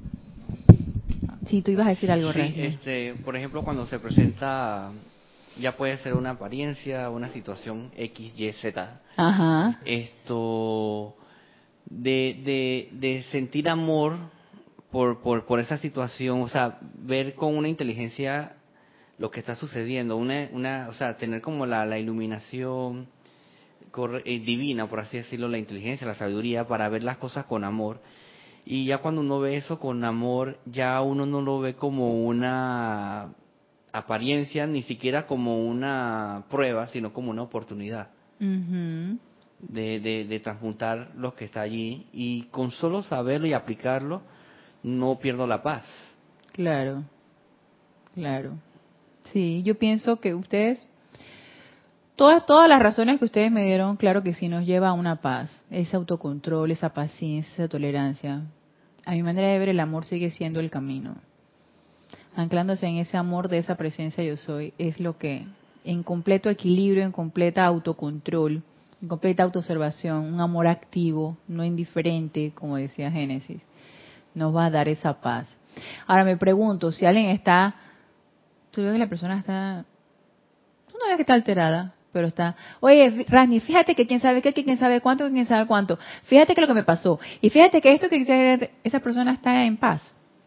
Sí, tú ibas a decir algo, Sí, Rey. este, por ejemplo, cuando se presenta, ya puede ser una apariencia, una situación X, Y, Z. Ajá. Esto, de, de, de sentir amor por, por, por esa situación, o sea, ver con una inteligencia lo que está sucediendo, una, una, o sea, tener como la, la iluminación corre, eh, divina, por así decirlo, la inteligencia, la sabiduría, para ver las cosas con amor. Y ya cuando uno ve eso con amor, ya uno no lo ve como una apariencia, ni siquiera como una prueba, sino como una oportunidad Uh-huh. de, de, de transmutar lo que está allí. Y con solo saberlo y aplicarlo, no pierdo la paz. Claro, claro. Sí, yo pienso que ustedes, todas todas las razones que ustedes me dieron, claro que sí nos lleva a una paz, ese autocontrol, esa paciencia, esa tolerancia. A mi manera de ver, el amor sigue siendo el camino. Anclándose en ese amor de esa presencia yo soy, es lo que, en completo equilibrio, en completa autocontrol, en completa autoobservación, un amor activo, no indiferente, como decía Génesis, nos va a dar esa paz. Ahora me pregunto, si alguien está, tú ves que la persona está, tú no ves que está alterada, pero está, oye, Rasni, fíjate que quién sabe qué, que quién sabe cuánto, que quién sabe cuánto, fíjate que lo que me pasó, y fíjate que esto, que esa persona está en paz.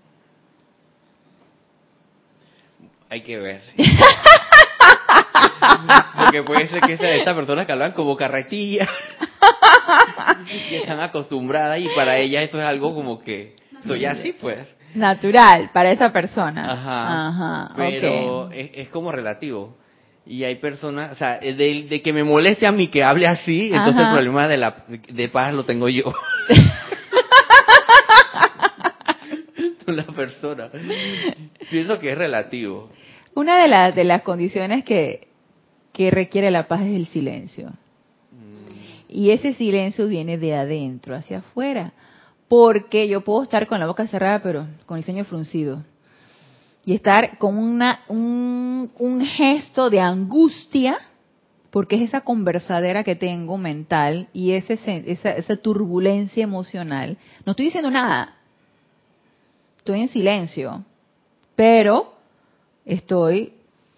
Hay que ver. Porque puede ser que sean estas personas que hablan como carretilla, que están acostumbradas y para ellas esto es algo como que soy así, pues. Natural para esa persona. Ajá. Ajá. Pero Okay. es, es como relativo. Y hay personas, o sea, de, de que me moleste a mí que hable así, entonces Ajá. el problema de la de paz lo tengo yo. No la persona. Pienso que es relativo. Una de las de las condiciones que, que requiere la paz es el silencio. Y ese silencio viene de adentro hacia afuera. Porque yo puedo estar con la boca cerrada, pero con el ceño fruncido. Y estar con una, un, un gesto de angustia, porque es esa conversadera que tengo mental y ese, esa, esa turbulencia emocional. No estoy diciendo nada. Estoy en silencio. Pero estoy...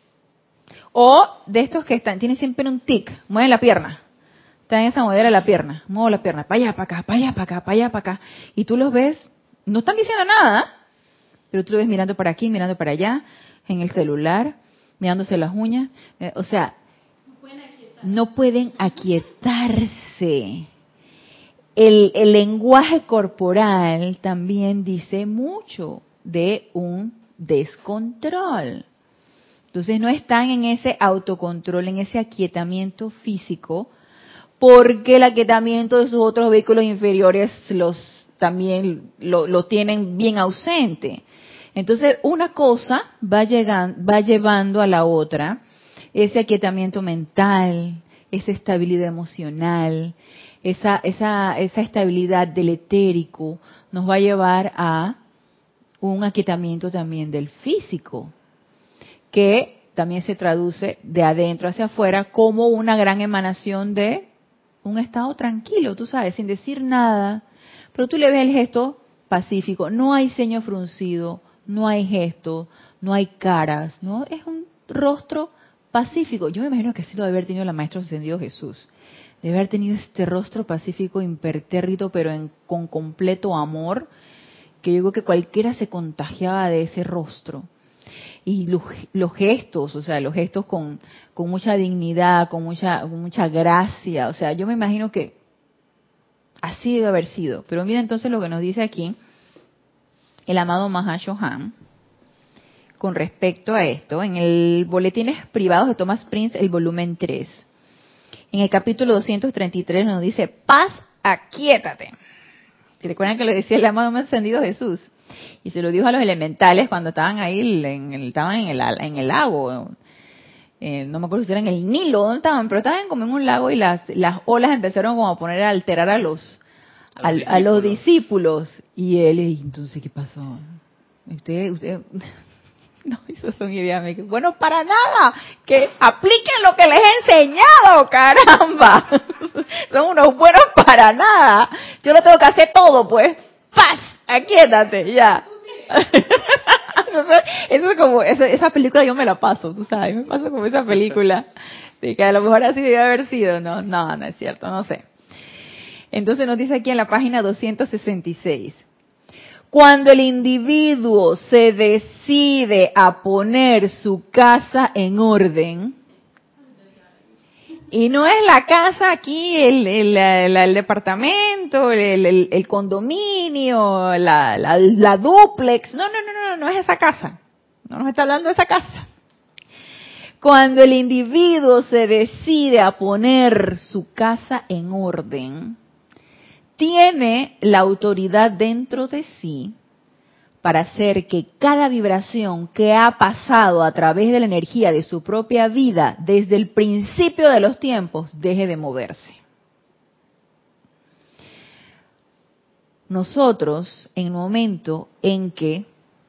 O de estos que están, tienen siempre un tic, mueven la pierna. Está en esa modera de la pierna, muevo la pierna, para allá, para acá, para allá, para acá, para allá, para acá. Y tú los ves, no están diciendo nada, pero tú los ves mirando para aquí, mirando para allá, en el celular, mirándose las uñas. Eh, o sea, no pueden aquietarse. El, el lenguaje corporal también dice mucho de un descontrol. Entonces no están en ese autocontrol, en ese aquietamiento físico, porque el aquietamiento de sus otros vehículos inferiores los también lo, lo tienen bien ausente. Entonces una cosa va, llegando, va llevando a la otra, ese aquietamiento mental, esa estabilidad emocional, esa, esa, esa estabilidad del etérico, nos va a llevar a un aquietamiento también del físico, que también se traduce de adentro hacia afuera como una gran emanación de un estado tranquilo, tú sabes, sin decir nada, pero tú le ves el gesto pacífico, no hay ceño fruncido, no hay gesto, no hay caras, ¿no? Es un rostro pacífico. Yo me imagino que así lo debe haber tenido la Maestro Ascendido Jesús, debe haber tenido este rostro pacífico impertérrito, pero en, con completo amor, que yo creo que cualquiera se contagiaba de ese rostro. Y los, los gestos, o sea, los gestos con, con mucha dignidad, con mucha, con mucha gracia, o sea, yo me imagino que así debe haber sido. Pero mira entonces lo que nos dice aquí el amado Mahashohan con respecto a esto, en el Boletines Privados de Thomas Prince, el volumen tres, en el capítulo doscientos treinta y tres nos dice, paz, aquíétate. ¿Te recuerdan que lo decía el amado más ascendido Jesús? Y se lo dijo a los elementales cuando estaban ahí, en el, estaban en el, en el lago, eh, no me acuerdo si era en el Nilo, ¿dónde estaban? Pero estaban como en un lago y las, las olas empezaron como a poner a alterar a los, a, los, a, a los discípulos. Y él, y entonces, ¿qué pasó? Usted, usted, no, eso son ideas, bueno, para nada, que apliquen lo que les he enseñado, caramba. Son unos buenos para nada. Yo lo tengo que hacer todo, pues. Paz, aquíétate, ya. Eso es como, esa, esa película yo me la paso, tú sabes, me paso como esa película, de que a lo mejor así debe haber sido, no, no, no es cierto, no sé. Entonces nos dice aquí en la página doscientos sesenta y seis, cuando el individuo se decide a poner su casa en orden, y no es la casa aquí, el, el, el, el departamento, el, el, el condominio, la, la, la dúplex. No, no, no, no, no es esa casa. No nos está hablando de esa casa. Cuando el individuo se decide a poner su casa en orden, tiene la autoridad dentro de sí para hacer que cada vibración que ha pasado a través de la energía de su propia vida desde el principio de los tiempos deje de moverse. Nosotros, en el momento en que,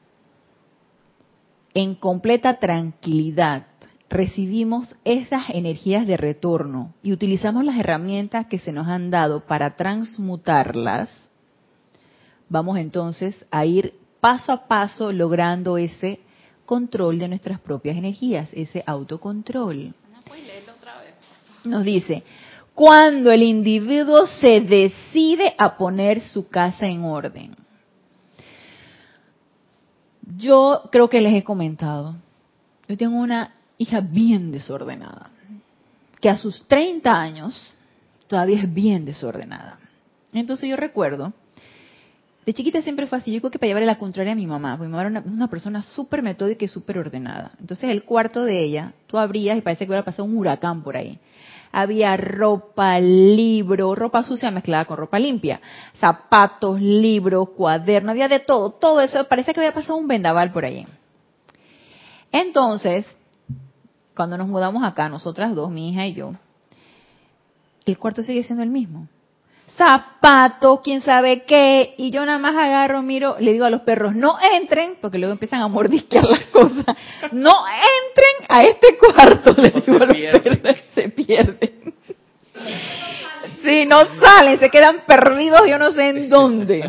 en completa tranquilidad, recibimos esas energías de retorno y utilizamos las herramientas que se nos han dado para transmutarlas, vamos entonces a ir paso a paso logrando ese control de nuestras propias energías, ese autocontrol. Nos dice, cuando el individuo se decide a poner su casa en orden. Yo creo que les he comentado, yo tengo una hija bien desordenada, que a sus treinta años todavía es bien desordenada. Entonces yo recuerdo De chiquita siempre fue así. Yo creo que para llevarle la contraria a mi mamá, porque mi mamá era una, una persona súper metódica y súper ordenada. Entonces el cuarto de ella, tú abrías y parece que hubiera pasado un huracán por ahí. Había ropa, libro, ropa sucia mezclada con ropa limpia, zapatos, libros, cuadernos, había de todo, todo eso, parece que había pasado un vendaval por ahí. Entonces, cuando nos mudamos acá, nosotras dos, mi hija y yo, el cuarto sigue siendo el mismo. Zapatos, quién sabe qué, y yo nada más agarro, miro, le digo a los perros, no entren, porque luego empiezan a mordisquear las cosas, no entren a este cuarto, le digo a los perros, se pierden. Sí, no salen, se quedan perdidos, yo no sé en dónde.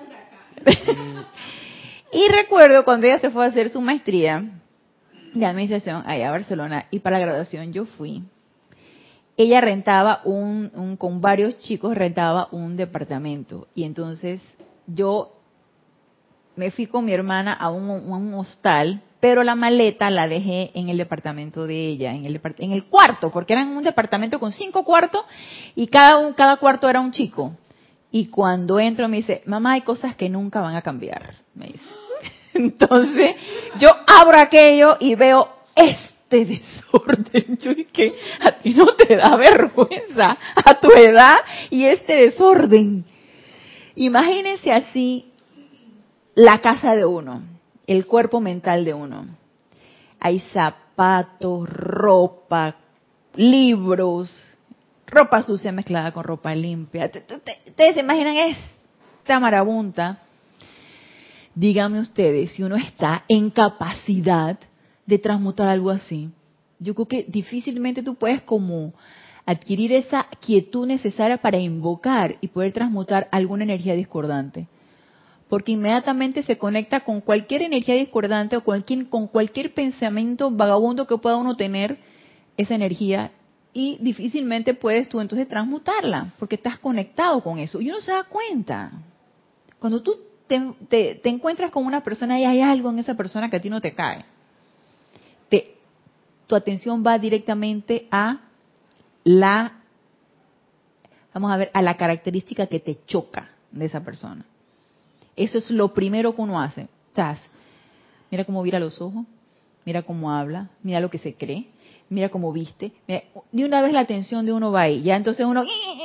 Y recuerdo cuando ella se fue a hacer su maestría de administración allá a Barcelona, y para la graduación yo fui. Ella rentaba un, un, con varios chicos rentaba un departamento, y entonces yo me fui con mi hermana a un, un hostal, pero la maleta la dejé en el departamento de ella, en el, en el cuarto, porque era un departamento con cinco cuartos y cada, un, cada cuarto era un chico. Y cuando entro me dice, mamá, hay cosas que nunca van a cambiar, me dice. Entonces yo abro aquello y veo este desorden. Yo dije, a ti no te da vergüenza a tu edad y este desorden. Imagínense así la casa de uno, el cuerpo mental de uno. Hay zapatos, ropa, libros, ropa sucia mezclada con ropa limpia. ¿Ustedes se imaginan esta marabunta? Díganme ustedes si uno está en capacidad de transmutar algo así. Yo creo que difícilmente tú puedes como adquirir esa quietud necesaria para invocar y poder transmutar alguna energía discordante. Porque inmediatamente se conecta con cualquier energía discordante o cualquier, con cualquier pensamiento vagabundo que pueda uno tener esa energía, y difícilmente puedes tú entonces transmutarla porque estás conectado con eso y uno se da cuenta. Cuando tú te, te, te encuentras con una persona y hay algo en esa persona que a ti no te cae, te, tu atención va directamente a la, vamos a ver, a la característica que te choca de esa persona. Eso es lo primero que uno hace. Estás, mira cómo mira los ojos, mira cómo habla, mira lo que se cree, mira cómo viste. Mira, de una vez la atención de uno va ahí. Ya entonces uno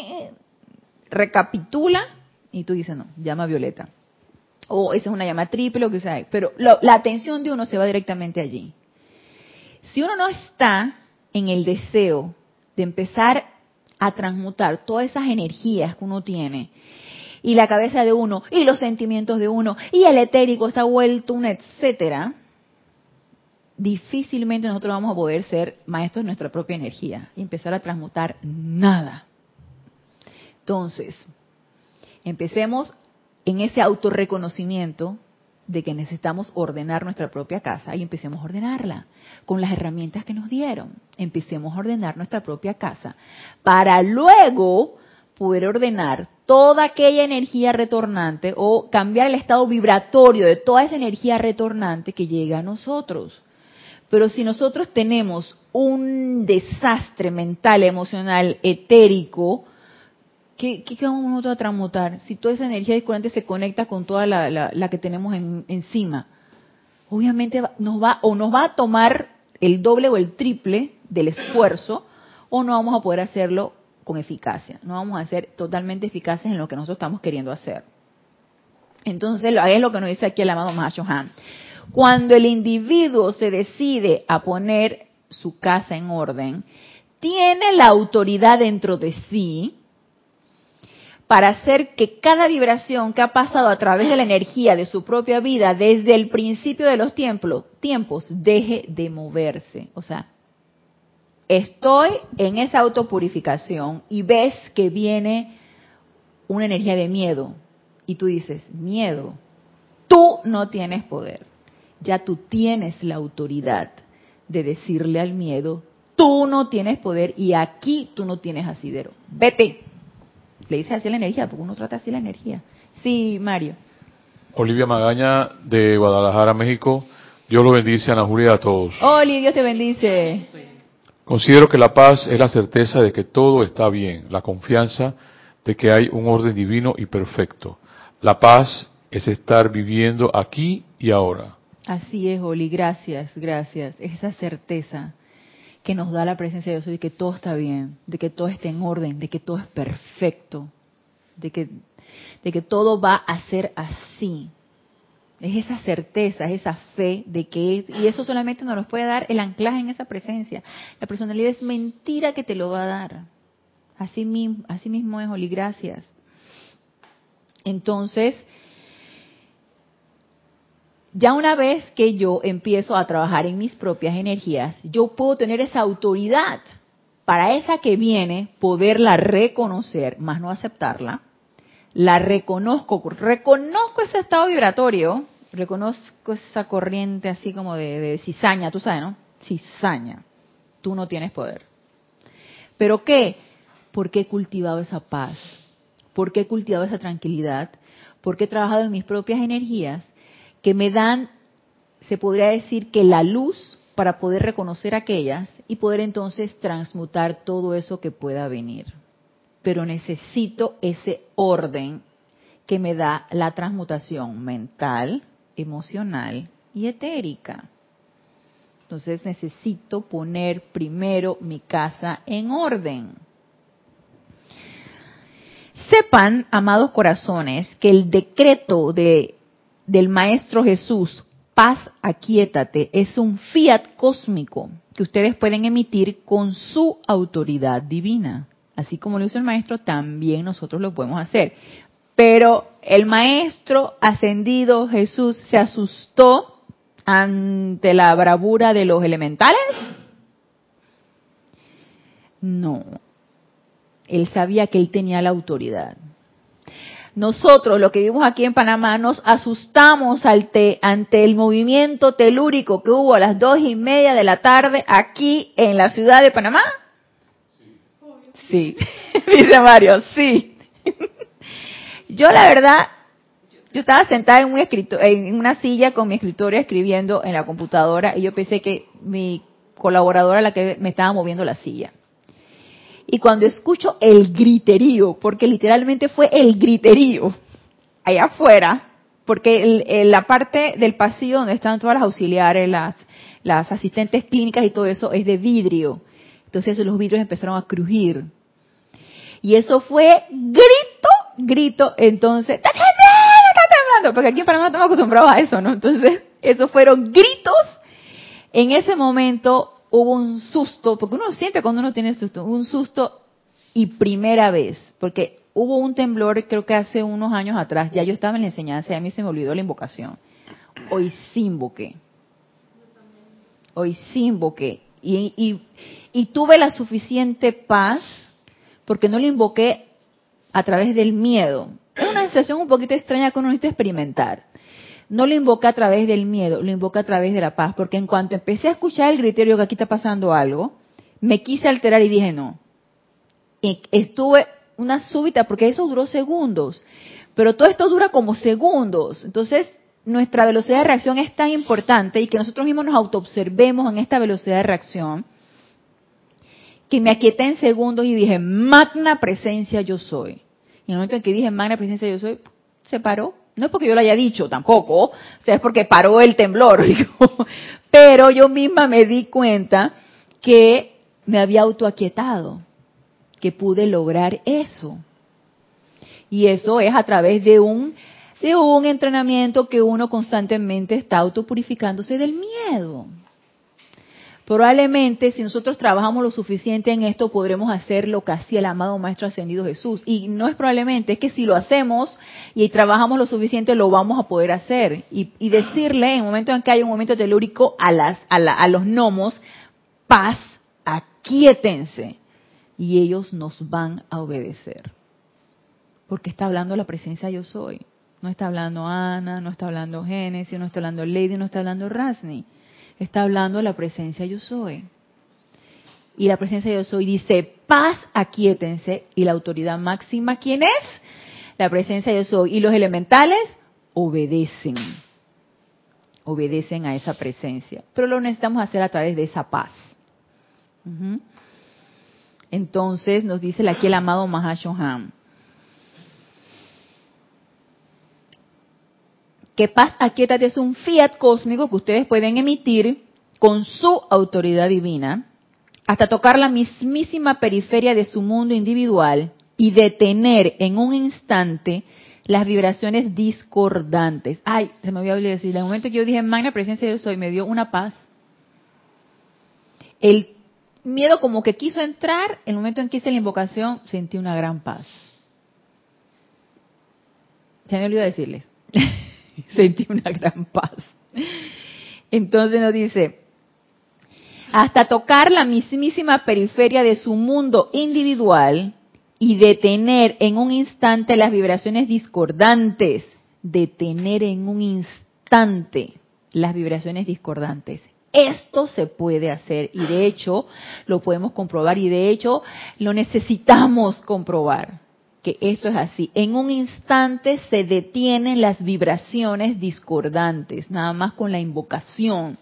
recapitula y tú dices, no, llama Violeta. O esa es una llama triple, lo que sea. Pero lo, la atención de uno se va directamente allí. Si uno no está en el deseo de empezar a transmutar todas esas energías que uno tiene, y la cabeza de uno, y los sentimientos de uno, y el etérico está vuelto un etcétera, difícilmente nosotros vamos a poder ser maestros de nuestra propia energía y empezar a transmutar nada. Entonces, empecemos en ese autorreconocimiento de que necesitamos ordenar nuestra propia casa y empecemos a ordenarla con las herramientas que nos dieron. Empecemos a ordenar nuestra propia casa para luego poder ordenar toda aquella energía retornante o cambiar el estado vibratorio de toda esa energía retornante que llega a nosotros. Pero si nosotros tenemos un desastre mental, emocional, etérico, ¿qué, qué vamos nosotros a transmutar? Si toda esa energía discordante se conecta con toda la, la, la que tenemos en, encima, obviamente nos va o nos va a tomar el doble o el triple del esfuerzo, o no vamos a poder hacerlo con eficacia. No vamos a ser totalmente eficaces en lo que nosotros estamos queriendo hacer. Entonces, es lo que nos dice aquí el amado Mahashohan. Cuando el individuo se decide a poner su casa en orden, tiene la autoridad dentro de sí para hacer que cada vibración que ha pasado a través de la energía de su propia vida desde el principio de los tiempos, tiempos deje de moverse. O sea, estoy en esa autopurificación y ves que viene una energía de miedo y tú dices, miedo, tú no tienes poder. Ya tú tienes la autoridad de decirle al miedo, tú no tienes poder y aquí tú no tienes asidero. Vete. Le dices así la energía, porque uno trata así la energía. Sí, Mario. Olivia Magaña, de Guadalajara, México. Dios lo bendice a Ana Julia y a todos. Oli, Dios te bendice. Considero que la paz es la certeza de que todo está bien, la confianza de que hay un orden divino y perfecto. La paz es estar viviendo aquí y ahora. Así es, Oli, gracias, gracias. Esa certeza que nos da la presencia de Dios, de que todo está bien, de que todo está en orden, de que todo es perfecto, de que, de que todo va a ser así. Es esa certeza, es esa fe de que es, y eso solamente nos lo puede dar el anclaje en esa presencia. La personalidad es mentira que te lo va a dar. Así mismo, así mismo es, Oli, gracias. Entonces, ya una vez que yo empiezo a trabajar en mis propias energías, yo puedo tener esa autoridad para esa que viene, poderla reconocer, más no aceptarla. La reconozco, reconozco ese estado vibratorio, reconozco esa corriente así como de, de cizaña, tú sabes, ¿no? Cizaña. Tú no tienes poder. ¿Pero qué? Porque he cultivado esa paz, porque he cultivado esa tranquilidad, porque he trabajado en mis propias energías que me dan, se podría decir que la luz para poder reconocer aquellas y poder entonces transmutar todo eso que pueda venir. Pero necesito ese orden que me da la transmutación mental, emocional y etérica. Entonces necesito poner primero mi casa en orden. Sepan, amados corazones, que el decreto de, del Maestro Jesús, paz, aquíétate, es un fiat cósmico que ustedes pueden emitir con su autoridad divina. Así como lo hizo el Maestro, también nosotros lo podemos hacer. Pero el Maestro ascendido Jesús se asustó ante la bravura de los elementales. No. Él sabía que él tenía la autoridad. Nosotros, los que vivimos aquí en Panamá, nos asustamos ante, ante el movimiento telúrico que hubo a las dos y media de la tarde aquí en la ciudad de Panamá. Sí, dice Mario, sí. Yo la verdad, yo estaba sentada en, un escrito, en una silla con mi escritorio escribiendo en la computadora y yo pensé que mi colaboradora era la que me estaba moviendo la silla. Y cuando escucho el griterío, porque literalmente fue el griterío allá afuera, porque el, el, la parte del pasillo donde están todas las auxiliares, las, las asistentes clínicas y todo eso es de vidrio. Entonces los vidrios empezaron a crujir. Y eso fue grito, grito. Entonces, ¡está temblando, está temblando! Porque aquí en Panamá estamos acostumbrados a eso, ¿no? Entonces, esos fueron gritos. En ese momento hubo un susto, porque uno siente cuando uno tiene susto, un susto y primera vez, porque hubo un temblor creo que hace unos años atrás, ya yo estaba en la enseñanza y a mí se me olvidó la invocación. Hoy sí invoqué. Hoy sí invoqué. Y, y, y tuve la suficiente paz porque no lo invoqué a través del miedo. Es una sensación un poquito extraña que uno necesita experimentar. No lo invoca a través del miedo, lo invoca a través de la paz, porque en cuanto empecé a escuchar el griterío que aquí está pasando algo, me quise alterar y dije no. Y estuve una súbita, porque eso duró segundos, pero todo esto dura como segundos. Entonces, nuestra velocidad de reacción es tan importante y que nosotros mismos nos autoobservemos en esta velocidad de reacción, que me aquieté en segundos y dije, magna presencia yo soy. Y en el momento en que dije magna presencia yo soy, se paró. No es porque yo lo haya dicho tampoco, o sea, es porque paró el temblor, digo. Pero yo misma me di cuenta que me había autoaquietado, que pude lograr eso. Y eso es a través de un, de un entrenamiento que uno constantemente está autopurificándose del miedo. Probablemente si nosotros trabajamos lo suficiente en esto podremos hacer lo que hacía el amado Maestro Ascendido Jesús. Y no es probablemente, es que si lo hacemos y trabajamos lo suficiente lo vamos a poder hacer. Y, y decirle en el momento en que hay un momento telúrico a, las, a, la, a los gnomos, paz, aquíétense. Y ellos nos van a obedecer. Porque está hablando la presencia yo soy. No está hablando Ana, no está hablando Génesis, no está hablando Lady, no está hablando Rasni. Está hablando de la presencia yo soy. Y la presencia yo soy dice, paz, aquíétense. Y la autoridad máxima, ¿quién es? La presencia yo soy. Y los elementales obedecen. Obedecen a esa presencia. Pero lo necesitamos hacer a través de esa paz. Uh-huh. Entonces nos dice aquí el amado Mahashohan. que paz, aquíétate es un fiat cósmico que ustedes pueden emitir con su autoridad divina hasta tocar la mismísima periferia de su mundo individual y detener en un instante las vibraciones discordantes. Ay, se me había olvidado decir, en el momento que yo dije magna presencia yo soy, me dio una paz. El miedo como que quiso entrar, el momento en que hice la invocación, sentí una gran paz. Se me olvidó decirles. Sentí una gran paz. Entonces nos dice, hasta tocar la mismísima periferia de su mundo individual y detener en un instante las vibraciones discordantes. Detener en un instante las vibraciones discordantes. Esto se puede hacer y de hecho lo podemos comprobar y de hecho lo necesitamos comprobar, que esto es así. En un instante se detienen las vibraciones discordantes, nada más con la invocación.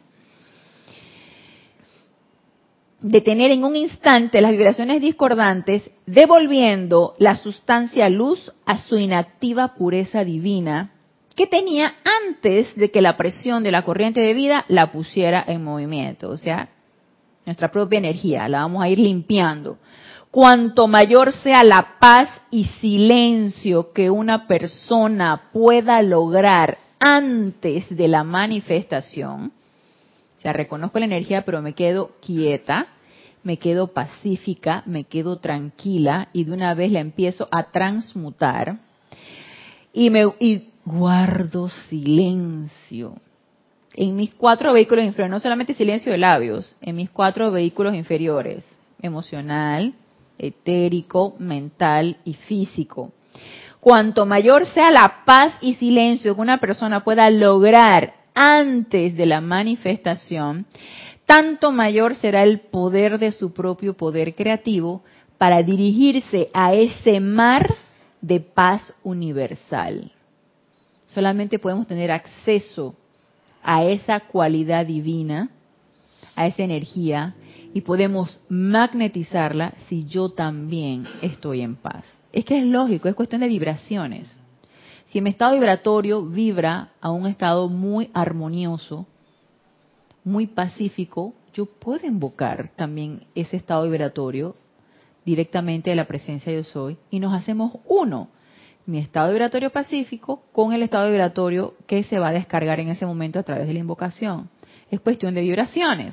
Detener en un instante las vibraciones discordantes, devolviendo la sustancia luz a su inactiva pureza divina que tenía antes de que la presión de la corriente de vida la pusiera en movimiento. O sea, nuestra propia energía, la vamos a ir limpiando. Cuanto mayor sea la paz y silencio que una persona pueda lograr antes de la manifestación, o sea, reconozco la energía, pero me quedo quieta, me quedo pacífica, me quedo tranquila y de una vez la empiezo a transmutar y me y guardo silencio en mis cuatro vehículos inferiores, no solamente silencio de labios, en mis cuatro vehículos inferiores, emocional, etérico, mental y físico. Cuanto mayor sea la paz y silencio que una persona pueda lograr antes de la manifestación, tanto mayor será el poder de su propio poder creativo para dirigirse a ese mar de paz universal. Solamente podemos tener acceso a esa cualidad divina, a esa energía, y podemos magnetizarla si yo también estoy en paz. Es que es lógico, es cuestión de vibraciones. Si mi estado vibratorio vibra a un estado muy armonioso, muy pacífico, yo puedo invocar también ese estado vibratorio directamente de la presencia yo soy y nos hacemos uno. Mi estado vibratorio pacífico con el estado vibratorio que se va a descargar en ese momento a través de la invocación. Es cuestión de vibraciones.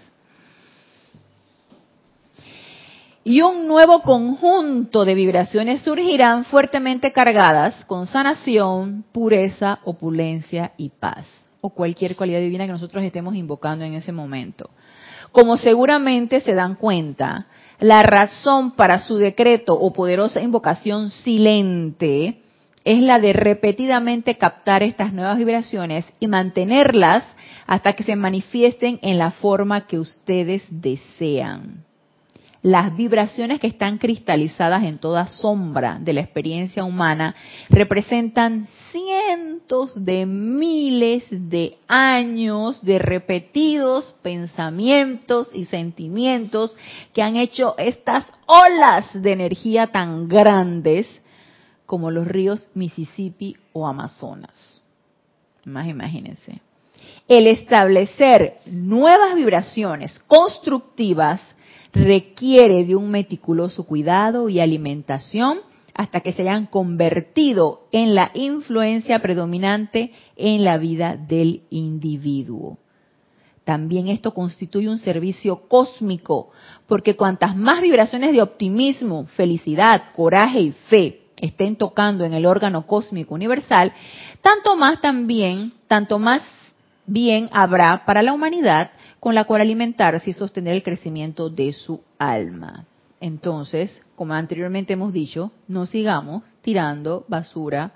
Y un nuevo conjunto de vibraciones surgirán fuertemente cargadas con sanación, pureza, opulencia y paz, o cualquier cualidad divina que nosotros estemos invocando en ese momento. Como seguramente se dan cuenta, la razón para su decreto o poderosa invocación silente es la de repetidamente captar estas nuevas vibraciones y mantenerlas hasta que se manifiesten en la forma que ustedes desean. Las vibraciones que están cristalizadas en toda sombra de la experiencia humana representan cientos de miles de años de repetidos pensamientos y sentimientos que han hecho estas olas de energía tan grandes como los ríos Mississippi o Amazonas. Más imagínense. El establecer nuevas vibraciones constructivas requiere de un meticuloso cuidado y alimentación hasta que se hayan convertido en la influencia predominante en la vida del individuo. También esto constituye un servicio cósmico, porque cuantas más vibraciones de optimismo, felicidad, coraje y fe estén tocando en el órgano cósmico universal, tanto más también, tanto más bien habrá para la humanidad con la cual alimentarse y sostener el crecimiento de su alma. Entonces, como anteriormente hemos dicho, no sigamos tirando basura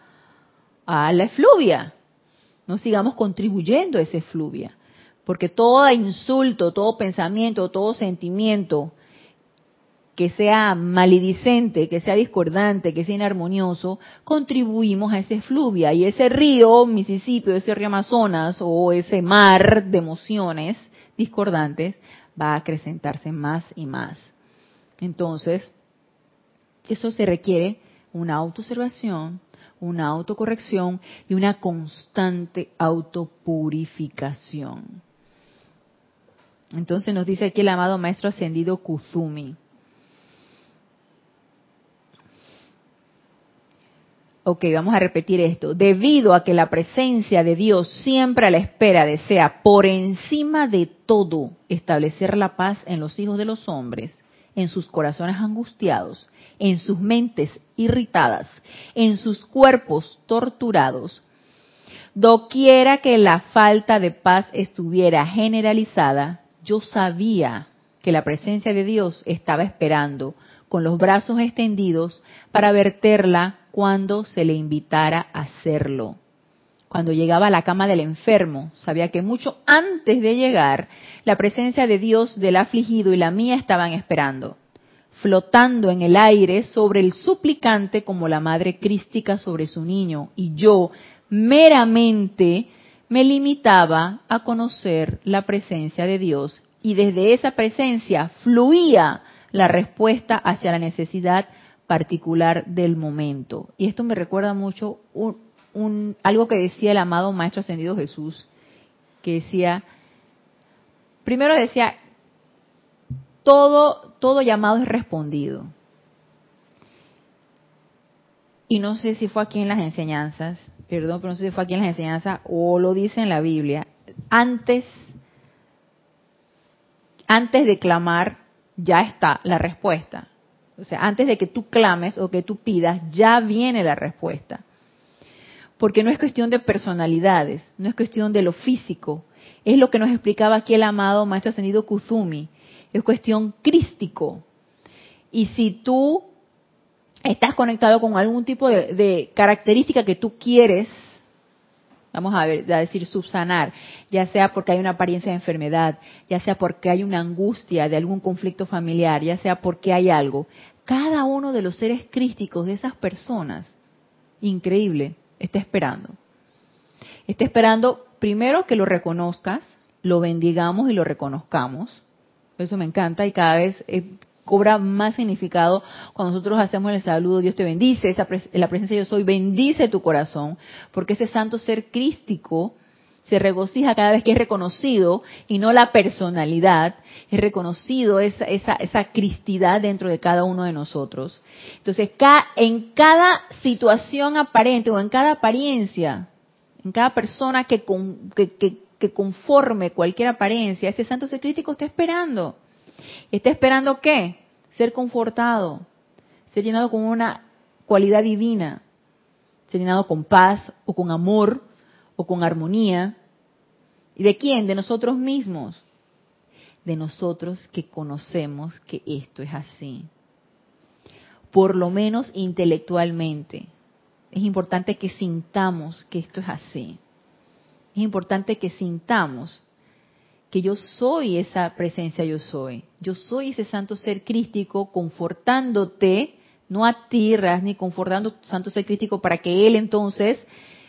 a la efluvia, no sigamos contribuyendo a esa efluvia, porque todo insulto, todo pensamiento, todo sentimiento que sea maledicente, que sea discordante, que sea inarmonioso, contribuimos a esa efluvia. Y ese río Mississippi, ese río Amazonas, o ese mar de emociones discordantes, va a acrecentarse más y más. Entonces, eso se requiere una autoobservación, una autocorrección y una constante autopurificación. Entonces nos dice aquí el amado Maestro Ascendido Kuzumi. Ok, vamos a repetir esto. Debido a que la presencia de Dios siempre a la espera desea por encima de todo establecer la paz en los hijos de los hombres, en sus corazones angustiados, en sus mentes irritadas, en sus cuerpos torturados, doquiera que la falta de paz estuviera generalizada, yo sabía que la presencia de Dios estaba esperando con los brazos extendidos para verterla cuando se le invitara a hacerlo. Cuando llegaba a la cama del enfermo, sabía que mucho antes de llegar, la presencia de Dios del afligido y la mía estaban esperando, flotando en el aire sobre el suplicante como la madre crística sobre su niño, y yo meramente me limitaba a conocer la presencia de Dios, y desde esa presencia fluía la respuesta hacia la necesidad particular del momento. Y esto me recuerda mucho un, un, algo que decía el amado Maestro Ascendido Jesús, que decía, primero decía, todo, todo llamado es respondido. Y no sé si fue aquí en las enseñanzas, perdón, pero no sé si fue aquí en las enseñanzas o lo dice en la Biblia, antes, antes de clamar, ya está la respuesta. O sea, antes de que tú clames o que tú pidas, ya viene la respuesta. Porque no es cuestión de personalidades, no es cuestión de lo físico. Es lo que nos explicaba aquí el amado Maestro Ascendido Kuzumi. Es cuestión crístico. Y si tú estás conectado con algún tipo de, de característica que tú quieres, vamos a ver, a decir subsanar, ya sea porque hay una apariencia de enfermedad, ya sea porque hay una angustia de algún conflicto familiar, ya sea porque hay algo, cada uno de los seres crísticos de esas personas, increíble, está esperando. Está esperando primero que lo reconozcas, lo bendigamos y lo reconozcamos. Eso me encanta y cada vez eh, cobra más significado cuando nosotros hacemos el saludo, Dios te bendice, esa pres- la presencia yo soy, bendice tu corazón, porque ese santo ser crístico se regocija cada vez que es reconocido, y no la personalidad, es reconocido esa, esa, esa cristidad dentro de cada uno de nosotros. Entonces, ca- en cada situación aparente o en cada apariencia, en cada persona que, con, que, que, que conforme cualquier apariencia, ese santo ser crístico está esperando. ¿Está esperando qué? Ser confortado, ser llenado con una cualidad divina, ser llenado con paz o con amor o con armonía. ¿Y de quién? De nosotros mismos. De nosotros que conocemos que esto es así. Por lo menos intelectualmente. Es importante que sintamos que esto es así. Es importante que sintamos que yo soy esa presencia yo soy. Yo soy ese santo ser crístico confortándote, no a ti, ni confortando tu santo ser crístico para que él entonces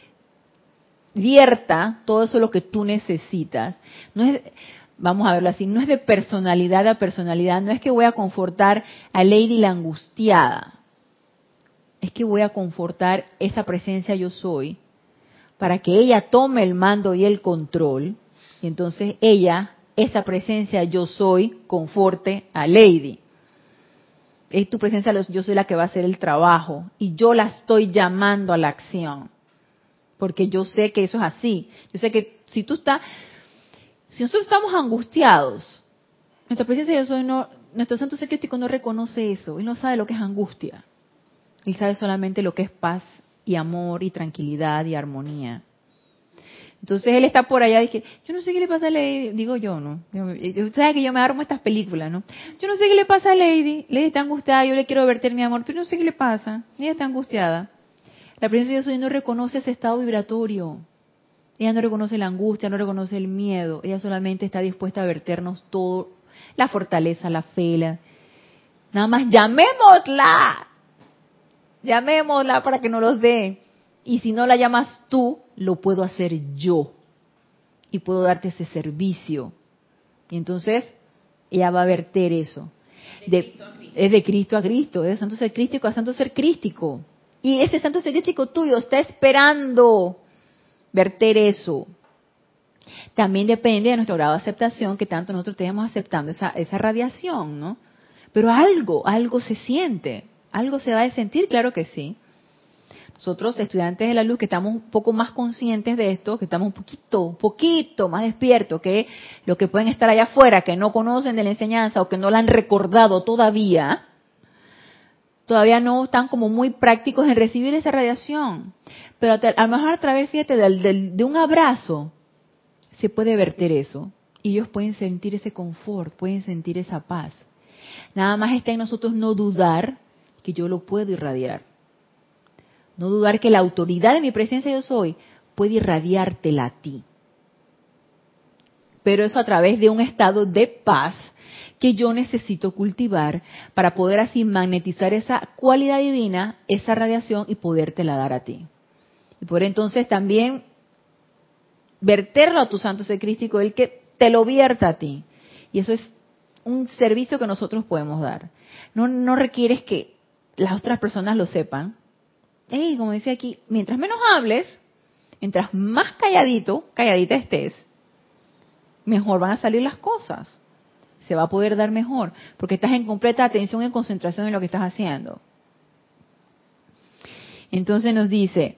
vierta todo eso lo que tú necesitas. No es, vamos a verlo así, no es de personalidad a personalidad, no es que voy a confortar a Lady la angustiada. Es que voy a confortar esa presencia yo soy para que ella tome el mando y el control. Y entonces ella, esa presencia yo soy, conforte a Lady. Es tu presencia, yo soy la que va a hacer el trabajo. Y yo la estoy llamando a la acción. Porque yo sé que eso es así. Yo sé que si tú estás, si nosotros estamos angustiados, nuestra presencia yo soy no, nuestro santo ser crístico no reconoce eso. Él no sabe lo que es angustia. Él sabe solamente lo que es paz y amor y tranquilidad y armonía. Entonces él está por allá y dice, yo no sé qué le pasa a Lady, digo yo, ¿no? Usted sabe que yo me armo estas películas, ¿no? Yo no sé qué le pasa a Lady, Lady está angustiada, yo le quiero verter mi amor, pero no sé qué le pasa, ella está angustiada. La presencia de Dios hoy no reconoce ese estado vibratorio, ella no reconoce la angustia, no reconoce el miedo, ella solamente está dispuesta a verternos todo, la fortaleza, la fe, la... nada más llamémosla, llamémosla para que nos los dé. Y si no la llamas tú, lo puedo hacer yo. Y puedo darte ese servicio. Y entonces, ella va a verter eso. De De, Cristo a Cristo. es de Cristo a Cristo, es de santo ser crístico a santo ser crístico. Y ese santo ser crístico tuyo está esperando verter eso. También depende de nuestro grado de aceptación, que tanto nosotros estemos aceptando esa, esa radiación, ¿no? Pero algo, algo se siente, algo se va a sentir, claro que sí. Nosotros, estudiantes de la luz, que estamos un poco más conscientes de esto, que estamos un poquito, un poquito más despiertos que los que pueden estar allá afuera, que no conocen de la enseñanza o que no la han recordado todavía, todavía no están como muy prácticos en recibir esa radiación. Pero a lo mejor a través, fíjate, del, del, de un abrazo, se puede verter eso. Y ellos pueden sentir ese confort, pueden sentir esa paz. Nada más está en nosotros no dudar que yo lo puedo irradiar. No dudar que la autoridad de mi presencia yo soy puede irradiártela a ti. Pero eso a través de un estado de paz que yo necesito cultivar para poder así magnetizar esa cualidad divina, esa radiación y podértela dar a ti. Y por entonces también verterlo a tu santo ser crístico, el que te lo vierta a ti. Y eso es un servicio que nosotros podemos dar. No, no requieres que las otras personas lo sepan. Hey, como dice aquí, mientras menos hables, mientras más calladito, calladita estés, mejor van a salir las cosas. Se va a poder dar mejor, porque estás en completa atención y concentración en lo que estás haciendo. Entonces nos dice,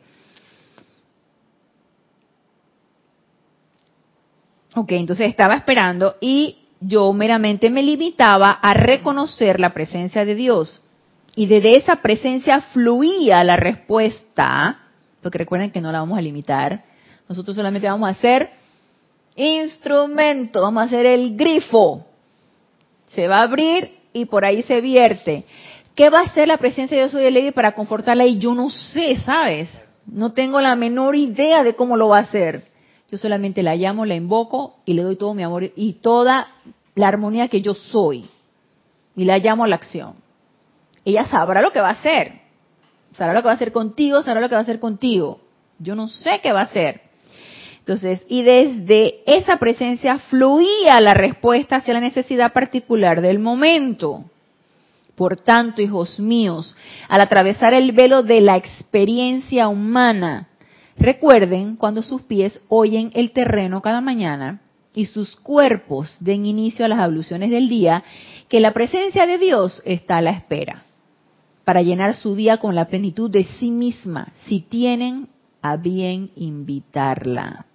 ok, entonces estaba esperando y yo meramente me limitaba a reconocer la presencia de Dios. Y desde esa presencia fluía la respuesta, porque recuerden que no la vamos a limitar. Nosotros solamente vamos a hacer instrumento, vamos a hacer el grifo. Se va a abrir y por ahí se vierte. ¿Qué va a hacer la presencia de Dios de Lady para confortarla? Y yo no sé, ¿sabes? No tengo la menor idea de cómo lo va a hacer. Yo solamente la llamo, la invoco y le doy todo mi amor y toda la armonía que yo soy. Y la llamo a la acción. Ella sabrá lo que va a hacer. Sabrá lo que va a hacer contigo, sabrá lo que va a hacer contigo. Yo no sé qué va a hacer. Entonces, y desde esa presencia fluía la respuesta hacia la necesidad particular del momento. Por tanto, hijos míos, al atravesar el velo de la experiencia humana, recuerden cuando sus pies oyen el terreno cada mañana y sus cuerpos den inicio a las abluciones del día, que la presencia de Dios está a la espera para llenar su día con la plenitud de sí misma, si tienen a bien invitarla.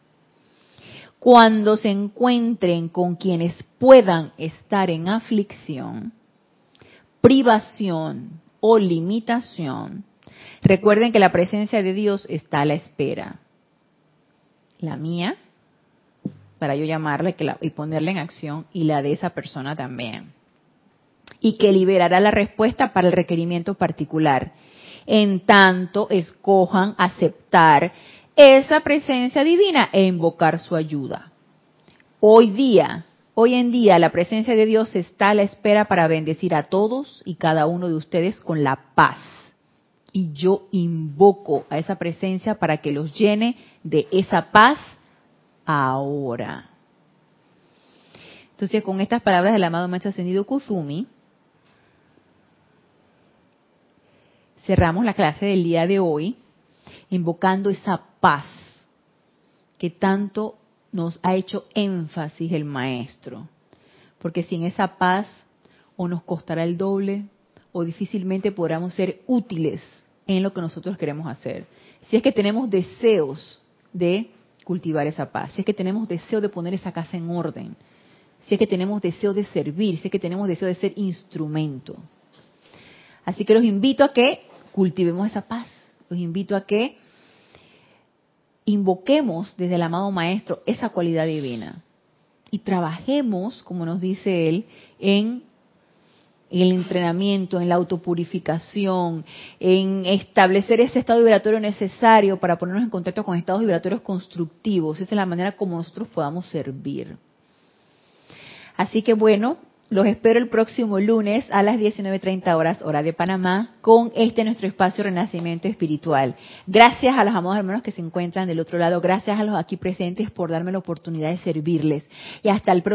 Cuando se encuentren con quienes puedan estar en aflicción, privación o limitación, recuerden que la presencia de Dios está a la espera. La mía, para yo llamarla y ponerla en acción, y la de esa persona también. Y que liberará la respuesta para el requerimiento particular. En tanto, escojan aceptar esa presencia divina e invocar su ayuda. Hoy día, hoy en día, la presencia de Dios está a la espera para bendecir a todos y cada uno de ustedes con la paz. Y yo invoco a esa presencia para que los llene de esa paz ahora. Entonces, con estas palabras del amado Maestro Ascendido Kusumi, cerramos la clase del día de hoy invocando esa paz que tanto nos ha hecho énfasis el Maestro. Porque sin esa paz o nos costará el doble o difícilmente podremos ser útiles en lo que nosotros queremos hacer. Si es que tenemos deseos de cultivar esa paz, si es que tenemos deseo de poner esa casa en orden, si es que tenemos deseo de servir, si es que tenemos deseo de ser instrumento. Así que los invito a que cultivemos esa paz, los invito a que invoquemos desde el amado Maestro esa cualidad divina y trabajemos, como nos dice él, en el entrenamiento, en la autopurificación, en establecer ese estado vibratorio necesario para ponernos en contacto con estados vibratorios constructivos. Esa es la manera como nosotros podamos servir. Así que bueno, los espero el próximo lunes a las diecinueve treinta horas, hora de Panamá, con este nuestro espacio Renacimiento Espiritual. Gracias a los amados hermanos que se encuentran del otro lado, gracias a los aquí presentes por darme la oportunidad de servirles. Y hasta el próximo